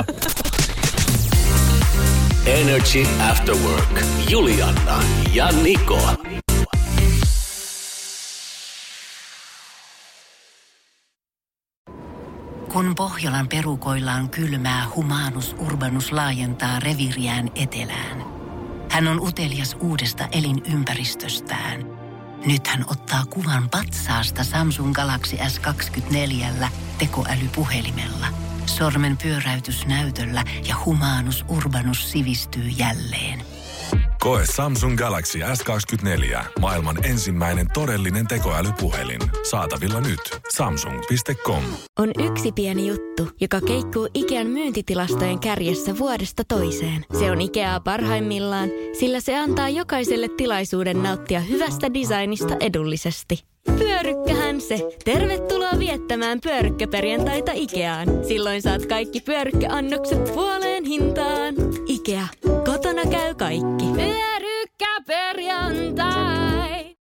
Energy After Work. Juliana ja Niko. Kun Pohjolan perukoillaan kylmää, Humanus Urbanus laajentaa reviiriään etelään. Hän on utelias uudesta elinympäristöstään. Nyt hän ottaa kuvan patsaasta Samsung Galaxy S24 tekoälypuhelimella. Sormen pyöräytys näytöllä ja Humanus Urbanus sivistyy jälleen. Koe Samsung Galaxy S24. Maailman ensimmäinen todellinen tekoälypuhelin. Saatavilla nyt. Samsung.com. On yksi pieni juttu, joka keikkuu Ikean myyntitilastojen kärjessä vuodesta toiseen. Se on Ikeaa parhaimmillaan, sillä se antaa jokaiselle tilaisuuden nauttia hyvästä designista edullisesti. Pyörykkähän se. Tervetuloa viettämään pyörykkäperjantaita Ikeaan. Silloin saat kaikki pyörykkäannokset puoleen hintaan. Ikea. Kotona käy kaikki. Pyörykkäperjantai.